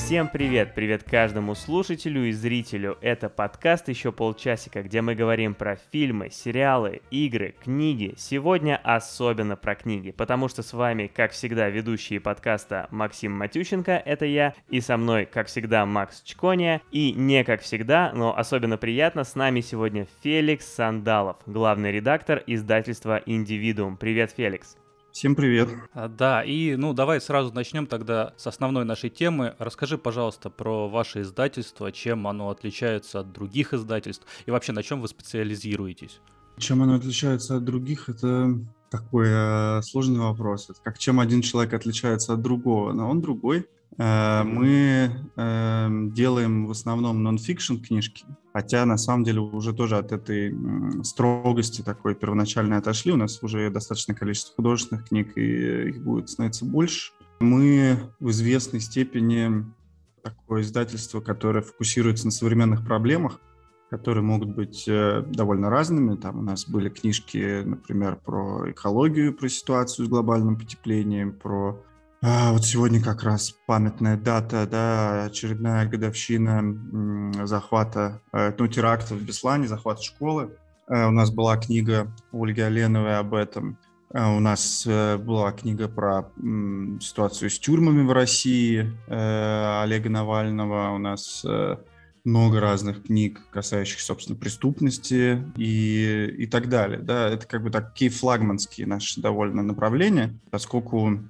Всем привет! Привет каждому слушателю и зрителю. Это подкаст «Еще полчасика», где мы говорим про фильмы, сериалы, игры, книги. Сегодня особенно про книги, потому что с вами, как всегда, ведущие подкаста Максим Матющенко, это я, и со мной, как всегда, Макс Чкония, и не как всегда, но особенно приятно, с нами сегодня Феликс Сандалов, главный редактор издательства «Индивидуум». Привет, Феликс! Всем привет. Да, и давай сразу начнем тогда с основной нашей темы. Расскажи, пожалуйста, про ваше издательство, чем оно отличается от других издательств и вообще на чем вы специализируетесь? Чем оно отличается от других, это такой сложный вопрос. Это как чем один человек отличается от другого, но он другой. Мы делаем в основном нон-фикшн книжки, хотя на самом деле уже тоже от этой строгости такой первоначальной отошли. У нас уже достаточное количество художественных книг, и их будет становиться больше. Мы в известной степени такое издательство, которое фокусируется на современных проблемах, которые могут быть довольно разными. Там у нас были книжки, например, про экологию, про ситуацию с глобальным потеплением, про... Вот сегодня как раз памятная дата, да, очередная годовщина захвата, теракта в Беслане, захвата школы. У нас была книга Ольги Оленовой об этом. У нас была книга про ситуацию с тюрьмами в России Олега Навального. У нас много разных книг, касающихся, собственно, преступности и так далее. Да, это как бы такие флагманские наши довольно направления, поскольку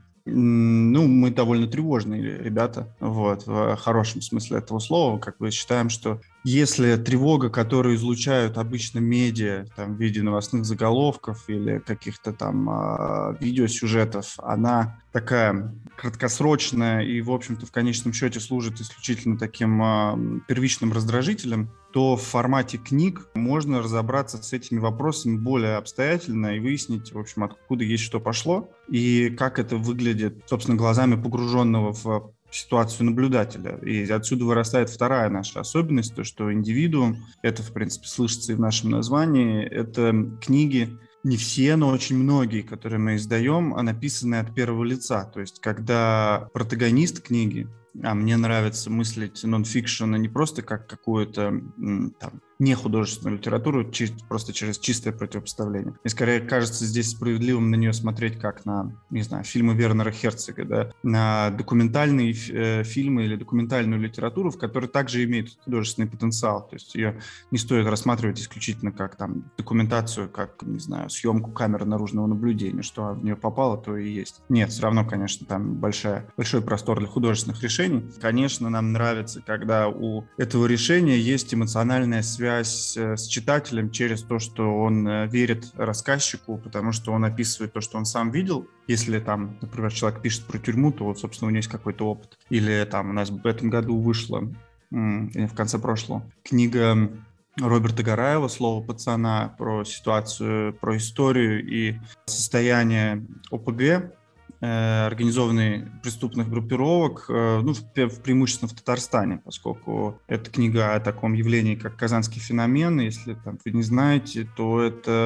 мы довольно тревожные ребята, в хорошем смысле этого слова. Как бы считаем, что если тревога, которую излучают обычно медиа там, в виде новостных заголовков или каких-то там видеосюжетов, она такая краткосрочная и, в общем-то, в конечном счете служит исключительно таким первичным раздражителем, то в формате книг можно разобраться с этими вопросами более обстоятельно и выяснить, в общем, откуда есть что пошло и как это выглядит, собственно, глазами погруженного в ситуацию наблюдателя. И отсюда вырастает вторая наша особенность, то, что индивидуум, это, в принципе, слышится и в нашем названии, это книги, не все, но очень многие, которые мы издаем, написаны от первого лица. То есть, когда протагонист книги, а мне нравится мыслить нон-фикшн не просто как какую-то там нехудожественную литературу, просто через чистое противопоставление. И скорее кажется здесь справедливым на нее смотреть как на, не знаю, фильмы Вернера Херцога, да, на документальные фильмы или документальную литературу, в которой также имеет художественный потенциал. То есть ее не стоит рассматривать исключительно как там документацию, как, не знаю, съемку камеры наружного наблюдения, что в нее попало, то и есть. Нет, все равно, конечно, там большой простор для художественных решений. Конечно, нам нравится, когда у этого решения есть эмоциональная связь с читателем через то, что он верит рассказчику, потому что он описывает то, что он сам видел. Если там, например, человек пишет про тюрьму, то вот, собственно, у него есть какой-то опыт. Или там у нас в этом году вышла, в конце прошлого, книга Роберта Гараева «Слово пацана» про ситуацию, про историю и состояние ОПГ, организованных преступных группировок, преимущественно в Татарстане, поскольку это книга о таком явлении, как казанский феномен. Если вы не знаете, то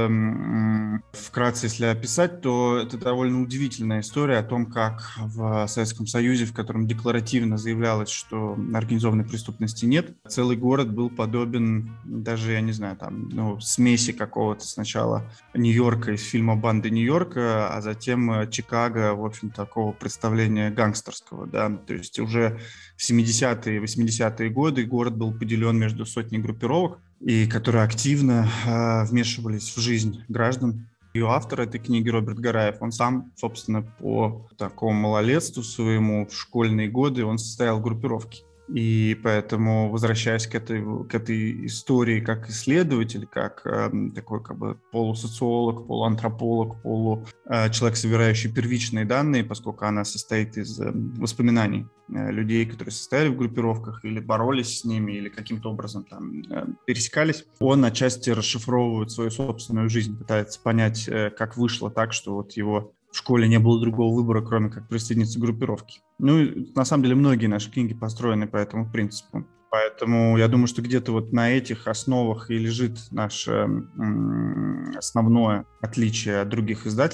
это, вкратце, если описать, то это довольно удивительная история о том, как в Советском Союзе, в котором декларативно заявлялось, что организованной преступности нет, целый город был подобен даже, я не знаю, смеси какого-то сначала Нью-Йорка из фильма «Банды Нью-Йорка», а затем Чикаго, в общем, такого представления гангстерского, да, то есть уже в 70-е, 80-е годы город был поделен между сотней группировок, и которые активно вмешивались в жизнь граждан. Ее автор этой книги, Роберт Гараев, он сам, собственно, по такому малолетству своему в школьные годы он состоял в группировке. И поэтому, возвращаясь к этой истории как исследователь, как такой как бы полусоциолог, полуантрополог, человек, собирающий первичные данные, поскольку она состоит из воспоминаний людей, которые состояли в группировках или боролись с ними, или каким-то образом пересекались, он отчасти расшифровывает свою собственную жизнь, пытается понять, как вышло так, что вот его в школе не было другого выбора, кроме как присоединиться к группировке. На самом деле, многие наши книги построены по этому принципу. Поэтому я думаю, что где-то вот на этих основах и лежит наше основное отличие от других издательств.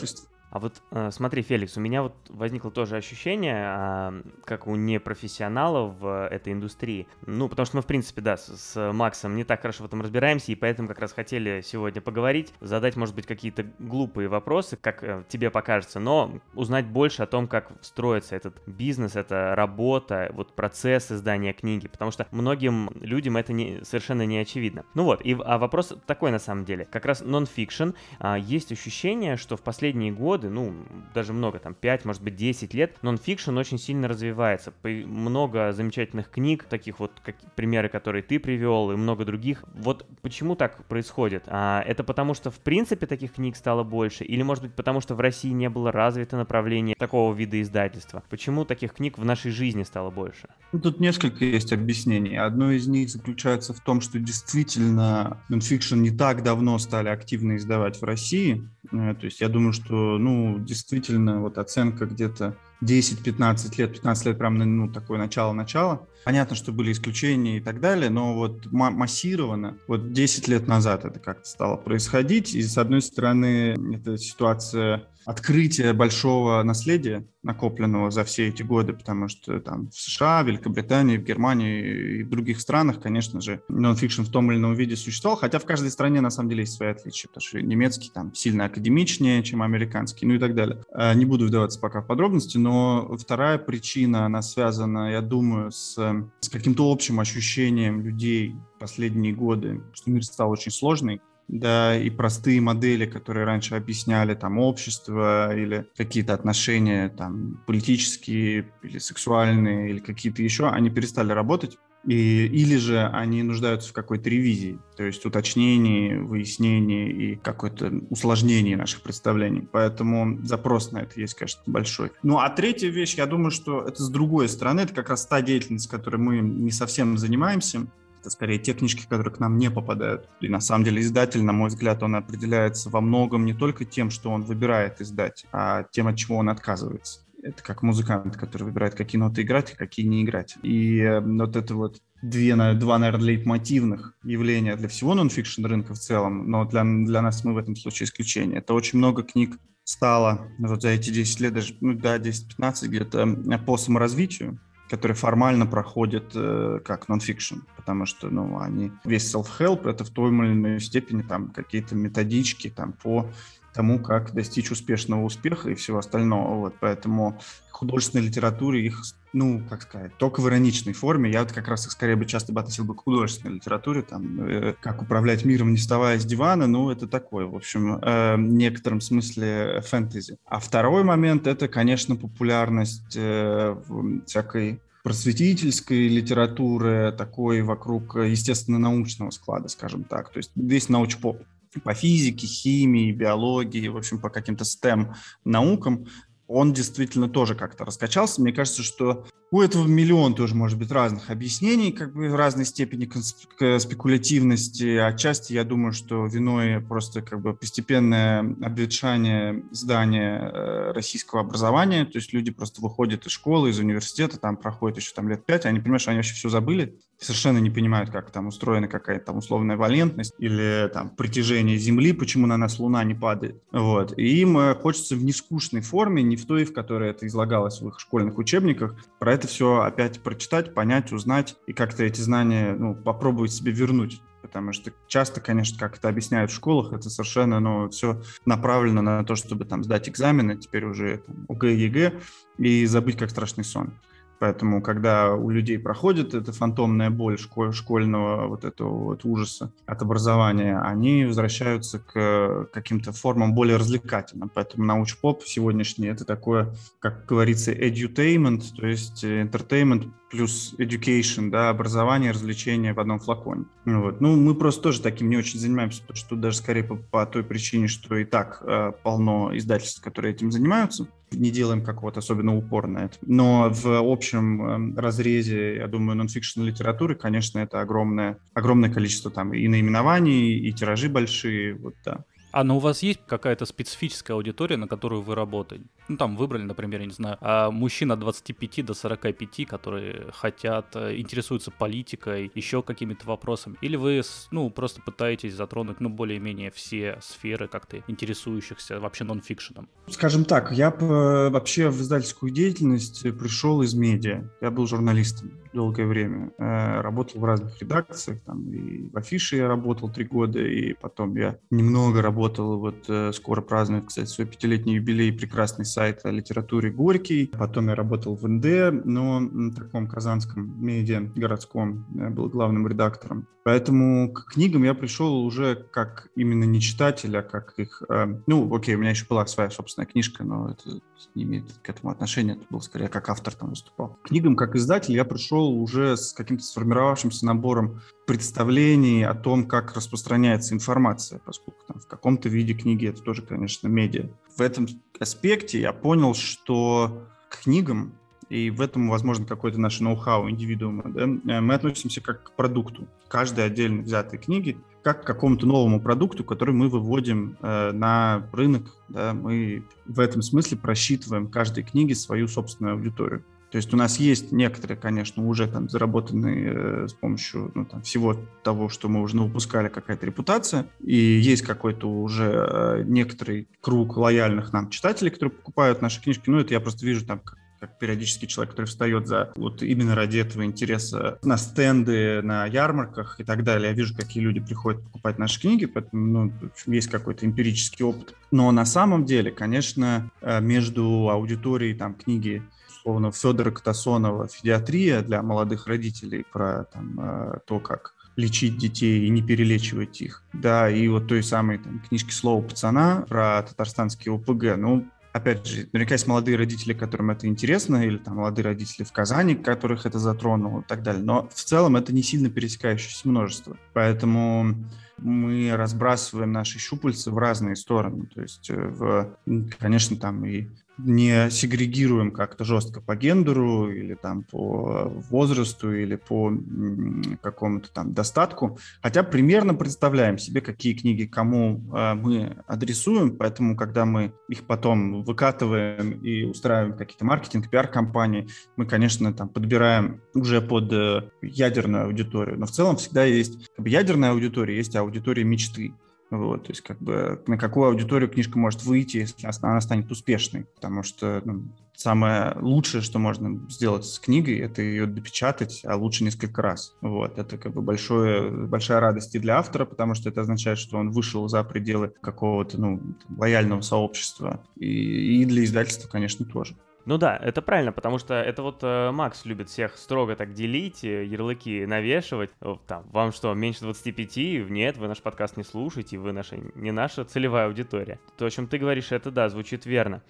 А вот смотри, Феликс, у меня вот возникло тоже ощущение, как у непрофессионалов в этой индустрии. Ну, потому что мы, в принципе, да, с Максом не так хорошо в этом разбираемся, и поэтому как раз хотели сегодня поговорить, задать, может быть, какие-то глупые вопросы, как тебе покажется, но узнать больше о том, как строится этот бизнес, эта работа, вот процесс издания книги, потому что многим людям это совершенно не очевидно. Ну вот, а вопрос такой на самом деле. Как раз нон-фикшн. Есть ощущение, что в последние годы, ну, даже много, там, 5, может быть, 10 лет, нон-фикшн очень сильно развивается. Много замечательных книг, таких вот примеры, которые ты привел, и много других. Вот почему так происходит? Это потому, что, в принципе, таких книг стало больше? Или, может быть, потому, что в России не было развито направление такого вида издательства? Почему таких книг в нашей жизни стало больше? Тут несколько есть объяснений. Одно из них заключается в том, что действительно нонфикшн не так давно стали активно издавать в России. То есть я думаю, что, действительно, вот оценка где-то 10-15 лет, 15 лет прям, такое начало-начало. Понятно, что были исключения и так далее, но вот массированно, вот 10 лет назад это как-то стало происходить. И, с одной стороны, это ситуация открытия большого наследия, накопленного за все эти годы, потому что там в США, Великобритании, в Германии и в других странах, конечно же, нон-фикшн в том или ином виде существовал, хотя в каждой стране на самом деле есть свои отличия, потому что немецкий там сильно академичнее, чем американский, и так далее. Не буду вдаваться пока в подробности, но вторая причина, она связана, я думаю, с каким-то общим ощущением людей в последние годы, что мир стал очень сложный. Да, и простые модели, которые раньше объясняли там общество или какие-то отношения там политические или сексуальные или какие-то еще, они перестали работать. Или же они нуждаются в какой-то ревизии, то есть уточнении, выяснении и какой-то усложнении наших представлений. Поэтому запрос на это есть, конечно, большой. Ну, а третья вещь, я думаю, что это с другой стороны, это как раз та деятельность, которой мы не совсем занимаемся. Это скорее те книжки, которые к нам не попадают. И на самом деле издатель, на мой взгляд, он определяется во многом не только тем, что он выбирает издать, а тем, от чего он отказывается. Это как музыкант, который выбирает, какие ноты играть и какие не играть. И вот это вот два, наверное, лейтмотивных явления для всего нон-фикшн рынка в целом, но для нас мы в этом случае исключение. Это очень много книг стало вот за эти 10 лет, даже 10-15 где-то по саморазвитию, которые формально проходят как нон-фикшн, потому что, они весь self-help — это в той или иной степени там какие-то методички там по тому, как достичь успешного успеха и всего остального. Вот, поэтому в художественной литературе их, только в ироничной форме. Я вот как раз их скорее бы часто относил бы к художественной литературе, там, как управлять миром, не вставая с дивана, это такое, в общем, в некотором смысле фэнтези. А второй момент — это, конечно, популярность всякой просветительской литературы, такой вокруг естественно-научного склада, скажем так. То есть весь научпоп по физике, химии, биологии, в общем, по каким-то STEM-наукам, он действительно тоже как-то раскачался. Мне кажется, что у этого миллион тоже может быть разных объяснений, в разной степени спекулятивности. Отчасти я думаю, что виной просто постепенное обветшание здания российского образования. То есть люди просто выходят из школы, из университета, там проходят еще лет 5, они понимают, что они вообще все забыли, совершенно не понимают, как там устроена какая-то там условная валентность или там притяжение Земли, почему на нас Луна не падает. Вот. И им хочется в нескучной форме, не в той, в которой это излагалось в их школьных учебниках, про это все опять прочитать, понять, узнать и как-то эти знания попробовать себе вернуть. Потому что часто, конечно, как это объясняют в школах, это совершенно все направлено на то, чтобы там сдать экзамены, теперь уже ОГЭ, ЕГЭ, и забыть как страшный сон. Поэтому, когда у людей проходит эта фантомная боль школьного вот этого вот ужаса от образования, они возвращаются к каким-то формам более развлекательным. Поэтому научпоп сегодняшний — это такое, как говорится, edutainment, то есть entertainment плюс education, да, образование, развлечение в одном флаконе. Вот. Мы просто тоже таким не очень занимаемся, потому что даже скорее по той причине, что и так полно издательств, которые этим занимаются. Не делаем какого-то особенного упора на это. Но в общем разрезе, я думаю, нон-фикшн литературы, конечно, это огромное количество там и наименований, и тиражи большие, вот, да. Но у вас есть какая-то специфическая аудитория, на которую вы работаете? Ну, там выбрали, например, я не знаю, мужчин от 25 до 45, которые хотят, интересуются политикой, еще какими-то вопросами? Или вы, просто пытаетесь затронуть, более-менее все сферы как-то интересующихся вообще нон-фикшеном? Скажем так, я вообще в издательскую деятельность пришел из медиа. Я был журналистом долгое время. Работал в разных редакциях, там и в Афише я работал 3 года, и потом я немного работал, скоро празднует, кстати, свой 5-летний юбилей, прекрасный сайт о литературе «Горький». Потом я работал в НД, но на таком казанском медиа городском, я был главным редактором. Поэтому к книгам я пришел уже как именно не читатель, а как их... окей, у меня еще была своя собственная книжка, но это не имеет к этому отношения. Это был скорее как автор там выступал. К книгам как издатель я пришел уже с каким-то сформировавшимся набором представлений о том, как распространяется информация, поскольку там в каком-то виде книги это тоже, конечно, медиа. В этом аспекте я понял, что к книгам, и в этом, возможно, какое-то наше ноу-хау индивидуума, да, мы относимся как к продукту. Каждой отдельно взятой книги как к какому-то новому продукту, который мы выводим на рынок. Да, мы в этом смысле просчитываем каждой книге свою собственную аудиторию. То есть у нас есть некоторые, конечно, уже там заработанные с помощью всего того, что мы уже выпускали, какая-то репутация, и есть какой-то уже некоторый круг лояльных нам читателей, которые покупают наши книжки. Это я просто вижу там как периодически человек, который встает за именно ради этого интереса на стенды, на ярмарках и так далее. Я вижу, какие люди приходят покупать наши книги, поэтому есть какой-то эмпирический опыт. Но на самом деле, конечно, между аудиторией книги условно Федора Катасонова «Федиатрия» для молодых родителей про то, как лечить детей и не перелечивать их, да, и той самой книжки «Слово пацана» про татарстанские ОПГ, опять же, наверняка есть молодые родители, которым это интересно, или молодые родители в Казани, которых это затронуло и так далее. Но в целом это не сильно пересекающееся множество. Поэтому мы разбрасываем наши щупальца в разные стороны. То есть, конечно, и не сегрегируем как-то жестко по гендеру или по возрасту или по какому-то достатку, хотя примерно представляем себе, какие книги кому мы адресуем, поэтому, когда мы их потом выкатываем и устраиваем какие-то маркетинг, пиар-компании, мы, конечно, подбираем уже под ядерную аудиторию, но в целом всегда есть ядерная аудитория, есть аудитория мечты. То есть на какую аудиторию книжка может выйти, если она станет успешной. Потому что самое лучшее, что можно сделать с книгой, это ее допечатать, а лучше несколько раз. Это большая радость и для автора, потому что это означает, что он вышел за пределы какого-то лояльного сообщества. И для издательства, конечно, тоже. Да, это правильно, потому что это Макс любит всех строго так делить, ярлыки навешивать. Вам что, меньше 25? Нет, вы наш подкаст не слушаете, вы не наша целевая аудитория. То, о чем ты говоришь, это да, звучит верно.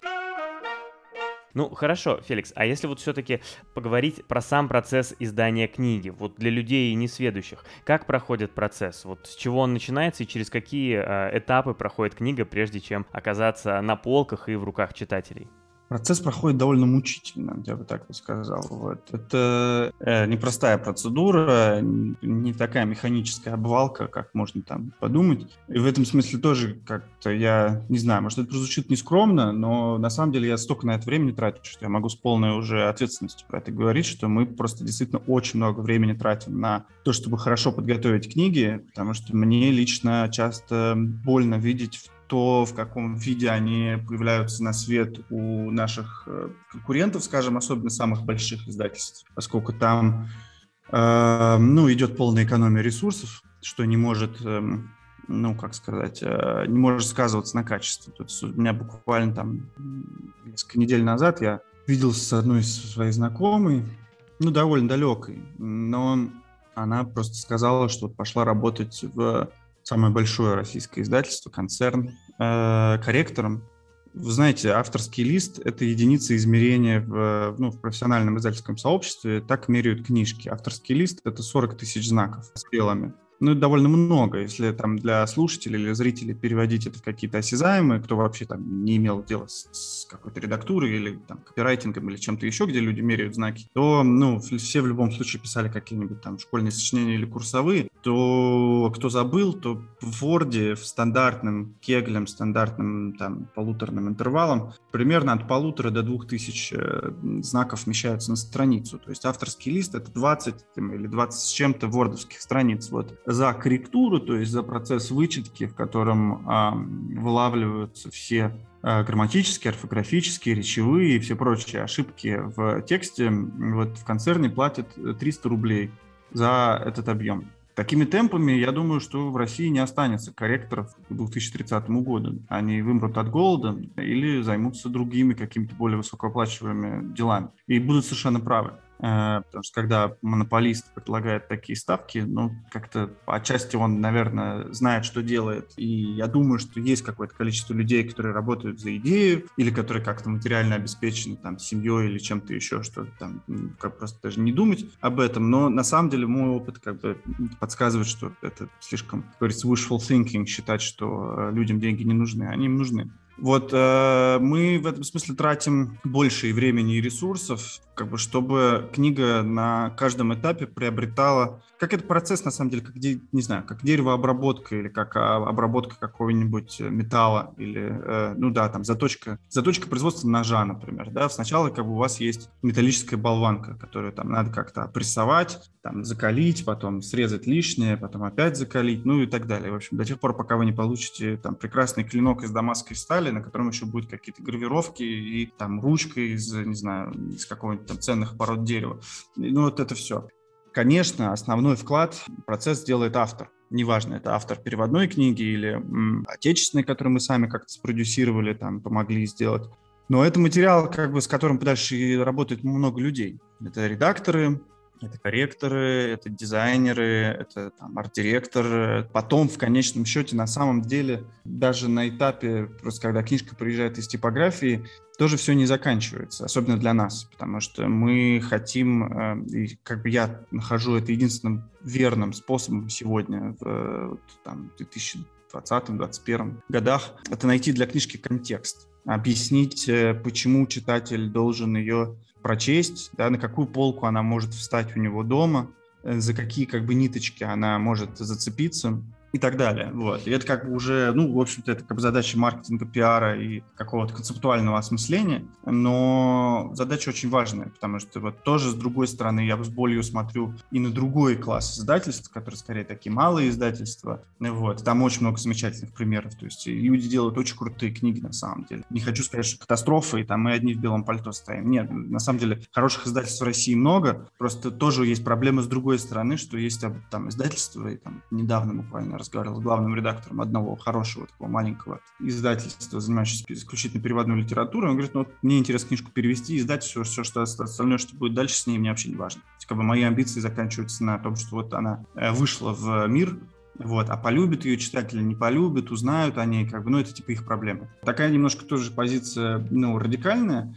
Хорошо, Феликс, а если все-таки поговорить про сам процесс издания книги, для людей несведущих, как проходит процесс? С чего он начинается и через какие этапы проходит книга, прежде чем оказаться на полках и в руках читателей? Процесс проходит довольно мучительно, я бы так сказал. Это непростая процедура, не такая механическая обвалка, как можно подумать. И в этом смысле тоже как-то я не знаю, может, это прозвучит нескромно, но на самом деле я столько на это времени трачу, что я могу с полной уже ответственностью про это говорить, что мы просто действительно очень много времени тратим на то, чтобы хорошо подготовить книги, потому что мне лично часто больно видеть то, в каком виде они появляются на свет у наших конкурентов, скажем, особенно самых больших издательств, поскольку там идет полная экономия ресурсов, что не может, не может сказываться на качестве. То есть у меня буквально несколько недель назад я виделся с одной из своих знакомой, довольно далекой, но она просто сказала, что пошла работать в самое большое российское издательство, концерн, корректором. Вы знаете, авторский лист – это единица измерения в профессиональном издательском сообществе. Так меряют книжки. Авторский лист – это 40 тысяч знаков с белыми. Ну, это довольно много. Если там для слушателей или зрителей переводить это в какие-то осязаемые, кто вообще там не имел дела с какой-то редактурой или там копирайтингом или чем-то еще, где люди меряют знаки, то, ну, все в любом случае писали какие-нибудь там школьные сочинения или курсовые, то кто забыл, то в Word в стандартным кеглем, стандартным там полуторным интервалом примерно от 1500 до 2000 знаков вмещаются на страницу. То есть авторский лист — это 20 или 20 с чем-то вордовских страниц. Вот за корректуру, то есть за процесс вычетки, в котором вылавливаются все грамматические, орфографические, речевые и все прочие ошибки в тексте, вот в концерне платят 300 рублей за этот объем. Такими темпами, я думаю, что в России не останется корректоров к 2030 году. Они вымрут от голода или займутся другими какими-то более высокооплачиваемыми делами. И будут совершенно правы. Потому что когда монополист предлагает такие ставки, ну, как-то отчасти он, наверное, знает, что делает. И я думаю, что есть какое-то количество людей, которые работают за идею или которые как-то материально обеспечены там семьей или чем-то еще, что там как просто даже не думать об этом. Но на самом деле мой опыт как бы подсказывает, что это слишком, как говорится, wishful thinking, считать, что людям деньги не нужны. Они им нужны. Вот мы в этом смысле тратим больше и времени, и ресурсов, как бы, чтобы книга на каждом этапе приобретала, как этот процесс, на самом деле, как, не знаю, как деревообработка или как обработка какого-нибудь металла или, ну да, там заточка производства ножа, например, да, сначала как бы у вас есть металлическая болванка, которую там надо как-то прессовать, там закалить, потом срезать лишнее, потом опять закалить, ну и так далее. В общем, до тех пор, пока вы не получите там прекрасный клинок из дамасской стали, на котором еще будут какие-то гравировки и там ручка из, не знаю, из какого-нибудь там ценных пород дерева. Ну вот это все. Конечно, основной вклад в процесс делает автор. Неважно, это автор переводной книги или отечественной, которую мы сами как-то спродюсировали, там, помогли сделать. Но это материал, как бы, с которым дальше и работает много людей. Это редакторы, это корректоры, это дизайнеры, это там, арт-директор. Потом, в конечном счете, на самом деле, даже на этапе, просто когда книжка приезжает из типографии, тоже все не заканчивается, особенно для нас, потому что мы хотим, и как бы я нахожу это единственным верным способом сегодня, в 2020-2021 годах, это найти для книжки контекст, объяснить, почему читатель должен ее прочесть, да, на какую полку она может встать у него дома, за какие как бы ниточки она может зацепиться и так далее. Вот. И это как бы уже, ну, в общем-то, это как бы задача маркетинга, пиара и какого-то концептуального осмысления, но задача очень важная, потому что вот тоже, с другой стороны, я с болью смотрю и на другой класс издательств, которые скорее такие малые издательства, вот. Там очень много замечательных примеров, то есть люди делают очень крутые книги на самом деле. Не хочу сказать, что катастрофа, и там мы одни в белом пальто стоим. Нет, на самом деле хороших издательств в России много, просто тоже есть проблема с другой стороны, что есть там издательства, и там недавно буквально разговаривал с главным редактором одного хорошего такого маленького издательства, занимающегося исключительно переводной литературой. Он говорит, ну вот мне интересно книжку перевести, издать, все что остальное, что будет дальше с ней, мне вообще не важно. Как бы мои амбиции заканчиваются на том, что вот она вышла в мир, вот, а полюбят ее читатели, не полюбят, узнают о ней, как бы, ну это типа их проблема. Такая немножко тоже позиция, ну, радикальная.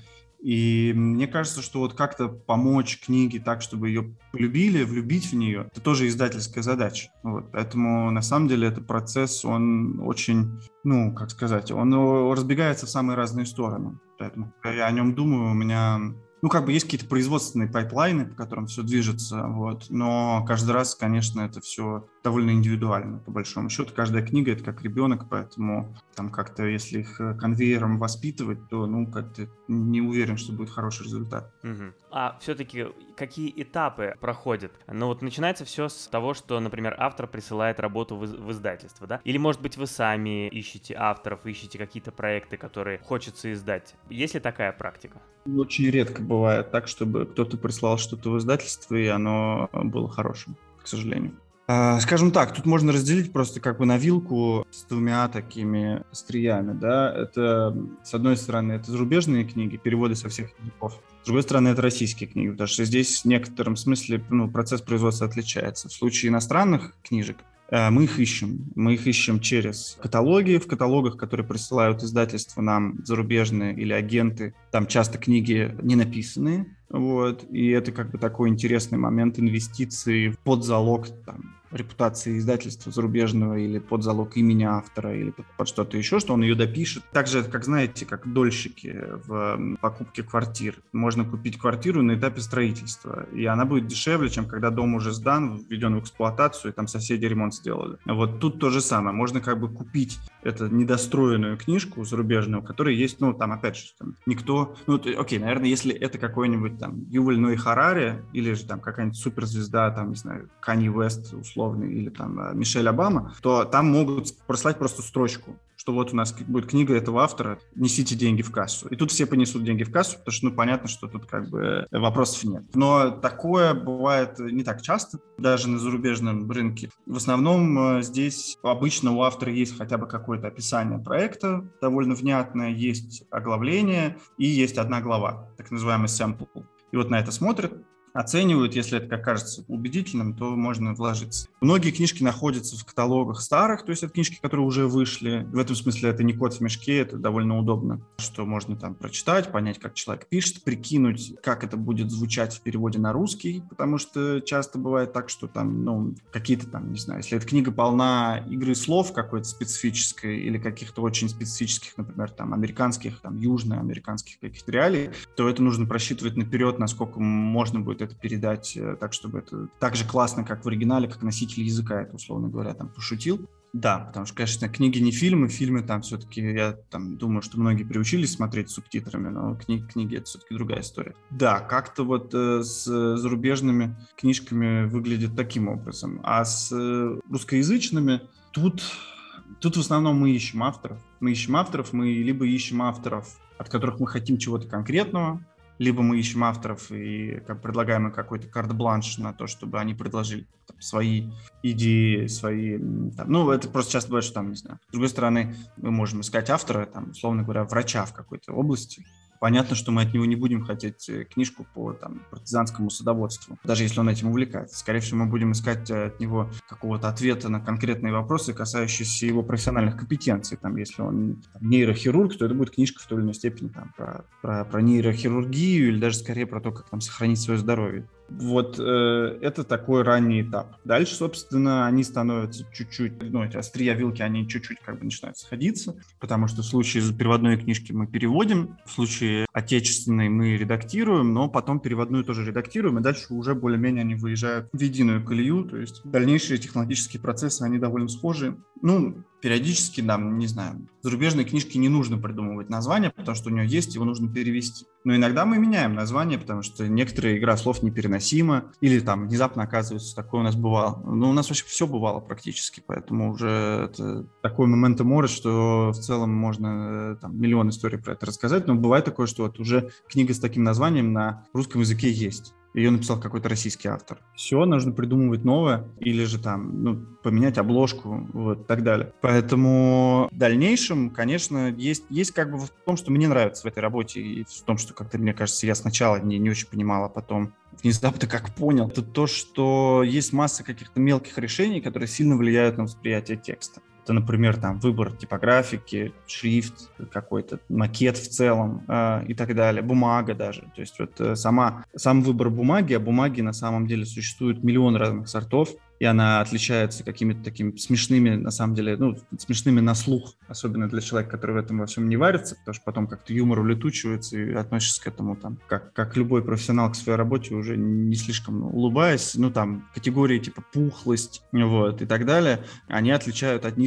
И мне кажется, что вот как-то помочь книге так, чтобы ее полюбили, влюбить в нее, это тоже издательская задача. Вот. Поэтому, на самом деле, этот процесс, он очень, ну, как сказать, он разбегается в самые разные стороны. Поэтому, когда я о нем думаю, у меня, ну, как бы есть какие-то производственные пайплайны, по которым все движется, вот. Но каждый раз, конечно, это все довольно индивидуально, по большому счету. Каждая книга — это как ребенок, поэтому там как-то, если их конвейером воспитывать, то, ну, как-то не уверен, что будет хороший результат. Угу. А все-таки какие этапы проходят? Ну вот начинается все с того, что, например, автор присылает работу в издательство, да? Или, может быть, вы сами ищете авторов, ищете какие-то проекты, которые хочется издать? Есть ли такая практика? Очень редко бывает так, чтобы кто-то прислал что-то в издательство, и оно было хорошим, к сожалению. Скажем так, тут можно разделить просто как бы на вилку с двумя такими остриями, да, это, с одной стороны, это зарубежные книги, переводы со всех языков, с другой стороны, это российские книги, потому что здесь в некотором смысле, ну, процесс производства отличается. В случае иностранных книжек мы их ищем через каталоги, в каталогах, которые присылают издательства нам зарубежные или агенты, там часто книги не написанные, Вот, и это как бы такой интересный момент инвестиций под залог там репутации издательства зарубежного или под залог имени автора или под что-то еще, что он ее допишет. Так же, как знаете, как дольщики в покупке квартир. Можно купить квартиру на этапе строительства, и она будет дешевле, чем когда дом уже сдан, введен в эксплуатацию, и там соседи ремонт сделали. Вот тут то же самое. Можно как бы купить эту недостроенную книжку зарубежную, у которой есть, ну, там, опять же, там, никто... Ну, окей, наверное, если это какой-нибудь там Юваль Ной Харари или же там какая-нибудь суперзвезда, там, не знаю, Канье Уэст, условный, или там Мишель Обама, то там могут прослать просто строчку, что вот у нас будет книга этого автора, несите деньги в кассу. И тут все понесут деньги в кассу, потому что, ну, понятно, что тут как бы вопросов нет. Но такое бывает не так часто, даже на зарубежном рынке. В основном здесь обычно у автора есть хотя бы какое-то описание проекта, довольно внятное, есть оглавление и есть одна глава, так называемый сэмпл. И вот на это смотрят, оценивают, если это как кажется убедительным, то можно вложиться. Многие книжки находятся в каталогах старых, то есть это книжки, которые уже вышли. В этом смысле это не кот в мешке, это довольно удобно, что можно там прочитать, понять, как человек пишет, прикинуть, как это будет звучать в переводе на русский, потому что часто бывает так, что там, ну, какие-то там, не знаю, если эта книга полна игры слов какой-то специфической или каких-то очень специфических, например, там, американских, там, южноамериканских каких-то реалий, то это нужно просчитывать наперед, насколько можно будет это передать так, чтобы это так же классно, как в оригинале, как носитель языка это, условно говоря, там пошутил. Да, потому что, конечно, книги не фильмы, фильмы там все-таки, я там думаю, что многие приучились смотреть с субтитрами, но книги это все-таки другая история. Да, как-то вот с зарубежными книжками выглядит таким образом, а с русскоязычными тут в основном мы ищем авторов, мы либо ищем авторов, от которых мы хотим чего-то конкретного, либо мы ищем авторов и предлагаем им какой-то карт-бланш на то, чтобы они предложили там свои идеи, свои... Там, ну, это просто часто бывает, что там, не знаю. С другой стороны, мы можем искать автора, там, условно говоря, врача в какой-то области. Понятно, что мы от него не будем хотеть книжку по там, партизанскому садоводству, даже если он этим увлекается. Скорее всего, мы будем искать от него какого-то ответа на конкретные вопросы, касающиеся его профессиональных компетенций. Там, если он там, нейрохирург, то это будет книжка в той или иной степени там, про нейрохирургию или даже скорее про то, как там, сохранить свое здоровье. Вот это такой ранний этап. Дальше, собственно, они становятся чуть-чуть, ну, эти острия вилки, они чуть-чуть как бы начинают сходиться, потому что в случае переводной книжки мы переводим, в случае отечественной мы редактируем, но потом переводную тоже редактируем, и дальше уже более-менее они выезжают в единую колею, то есть дальнейшие технологические процессы, они довольно схожи. Ну, периодически, да, не знаю, зарубежной книжке не нужно придумывать название, потому что у нее есть, его нужно перевести. Но иногда мы меняем название, потому что некоторая игра слов непереносима, или там внезапно оказывается, такое у нас бывало. Ну, у нас вообще все бывало практически, поэтому уже это такой момент мора, что в целом можно там миллион историй про это рассказать, но бывает такое, что вот уже книга с таким названием на русском языке есть. Ее написал какой-то российский автор. Все, нужно придумывать новое, или же там, ну, поменять обложку, вот, и так далее. Поэтому в дальнейшем, конечно, есть как бы в том, что мне нравится в этой работе, и в том, что как-то, мне кажется, я сначала не очень понимал, а потом внезапно как понял, это то, что есть масса каких-то мелких решений, которые сильно влияют на восприятие текста. Это, например, там выбор типографики, шрифт, какой-то макет в целом и так далее, бумага даже. То есть вот сам выбор бумаги, а бумаги на самом деле существует миллион разных сортов, и она отличается какими-то такими смешными, на самом деле, ну, смешными на слух, особенно для человека, который в этом во всем не варится, потому что потом как-то юмор улетучивается и относишься к этому там, как любой профессионал к своей работе, уже не слишком улыбаясь, ну, там, категории типа пухлость, вот, и так далее, они отличают один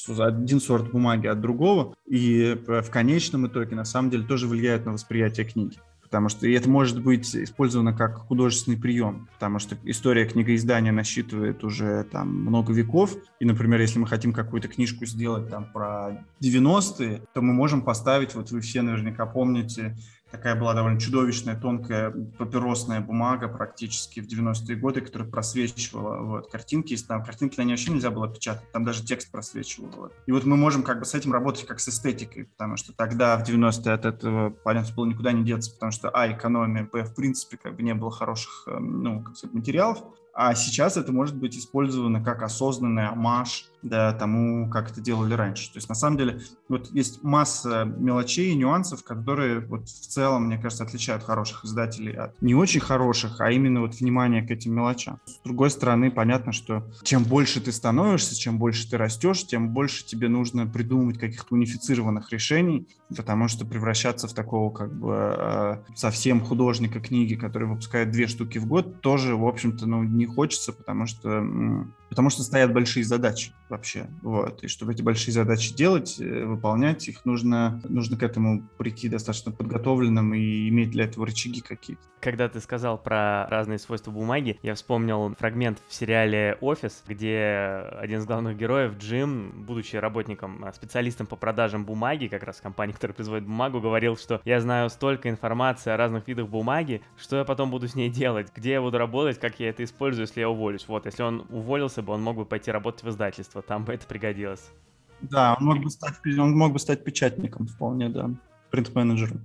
сорт бумаги от другого, и в конечном итоге, на самом деле, тоже влияют на восприятие книги. Потому что это может быть использовано как художественный прием, потому что история книгоиздания насчитывает уже там много веков, и, например, если мы хотим какую-то книжку сделать там про 90-е, то мы можем поставить, вот вы все наверняка помните, такая была довольно чудовищная, тонкая папиросная бумага практически в 90-е годы, которая просвечивала вот, картинки. Если там картинки на ней вообще нельзя было печатать, там даже текст просвечивал. Вот. И вот мы можем как бы с этим работать как с эстетикой, потому что тогда в 90-е от этого, понятно, было никуда не деться, потому что экономия, в принципе, как бы не было хороших, ну, как сказать, материалов. А сейчас это может быть использовано как осознанный омаж да, тому, как это делали раньше. То есть, на самом деле, вот есть масса мелочей и нюансов, которые вот в целом, мне кажется, отличают хороших издателей от не очень хороших, а именно вот внимание к этим мелочам. С другой стороны, понятно, что чем больше ты становишься, чем больше ты растешь, тем больше тебе нужно придумывать каких-то унифицированных решений, потому что превращаться в такого как бы совсем художника книги, который выпускает 2 штуки в год, тоже, в общем-то, не хочется, потому что стоят большие задачи вообще. Вот. И чтобы эти большие задачи делать, выполнять, их нужно к этому прийти достаточно подготовленным и иметь для этого рычаги какие-то. Когда ты сказал про разные свойства бумаги, я вспомнил фрагмент в сериале «Офис», где один из главных героев, Джим, будучи работником, специалистом по продажам бумаги, как раз компании, которая производит бумагу, говорил, что я знаю столько информации о разных видах бумаги, что я потом буду с ней делать, где я буду работать, как я это использую, если я уволюсь. Вот, если он уволился бы, он мог бы пойти работать в издательство, там бы это пригодилось. Да, он мог бы стать печатником вполне, да, принт-менеджером.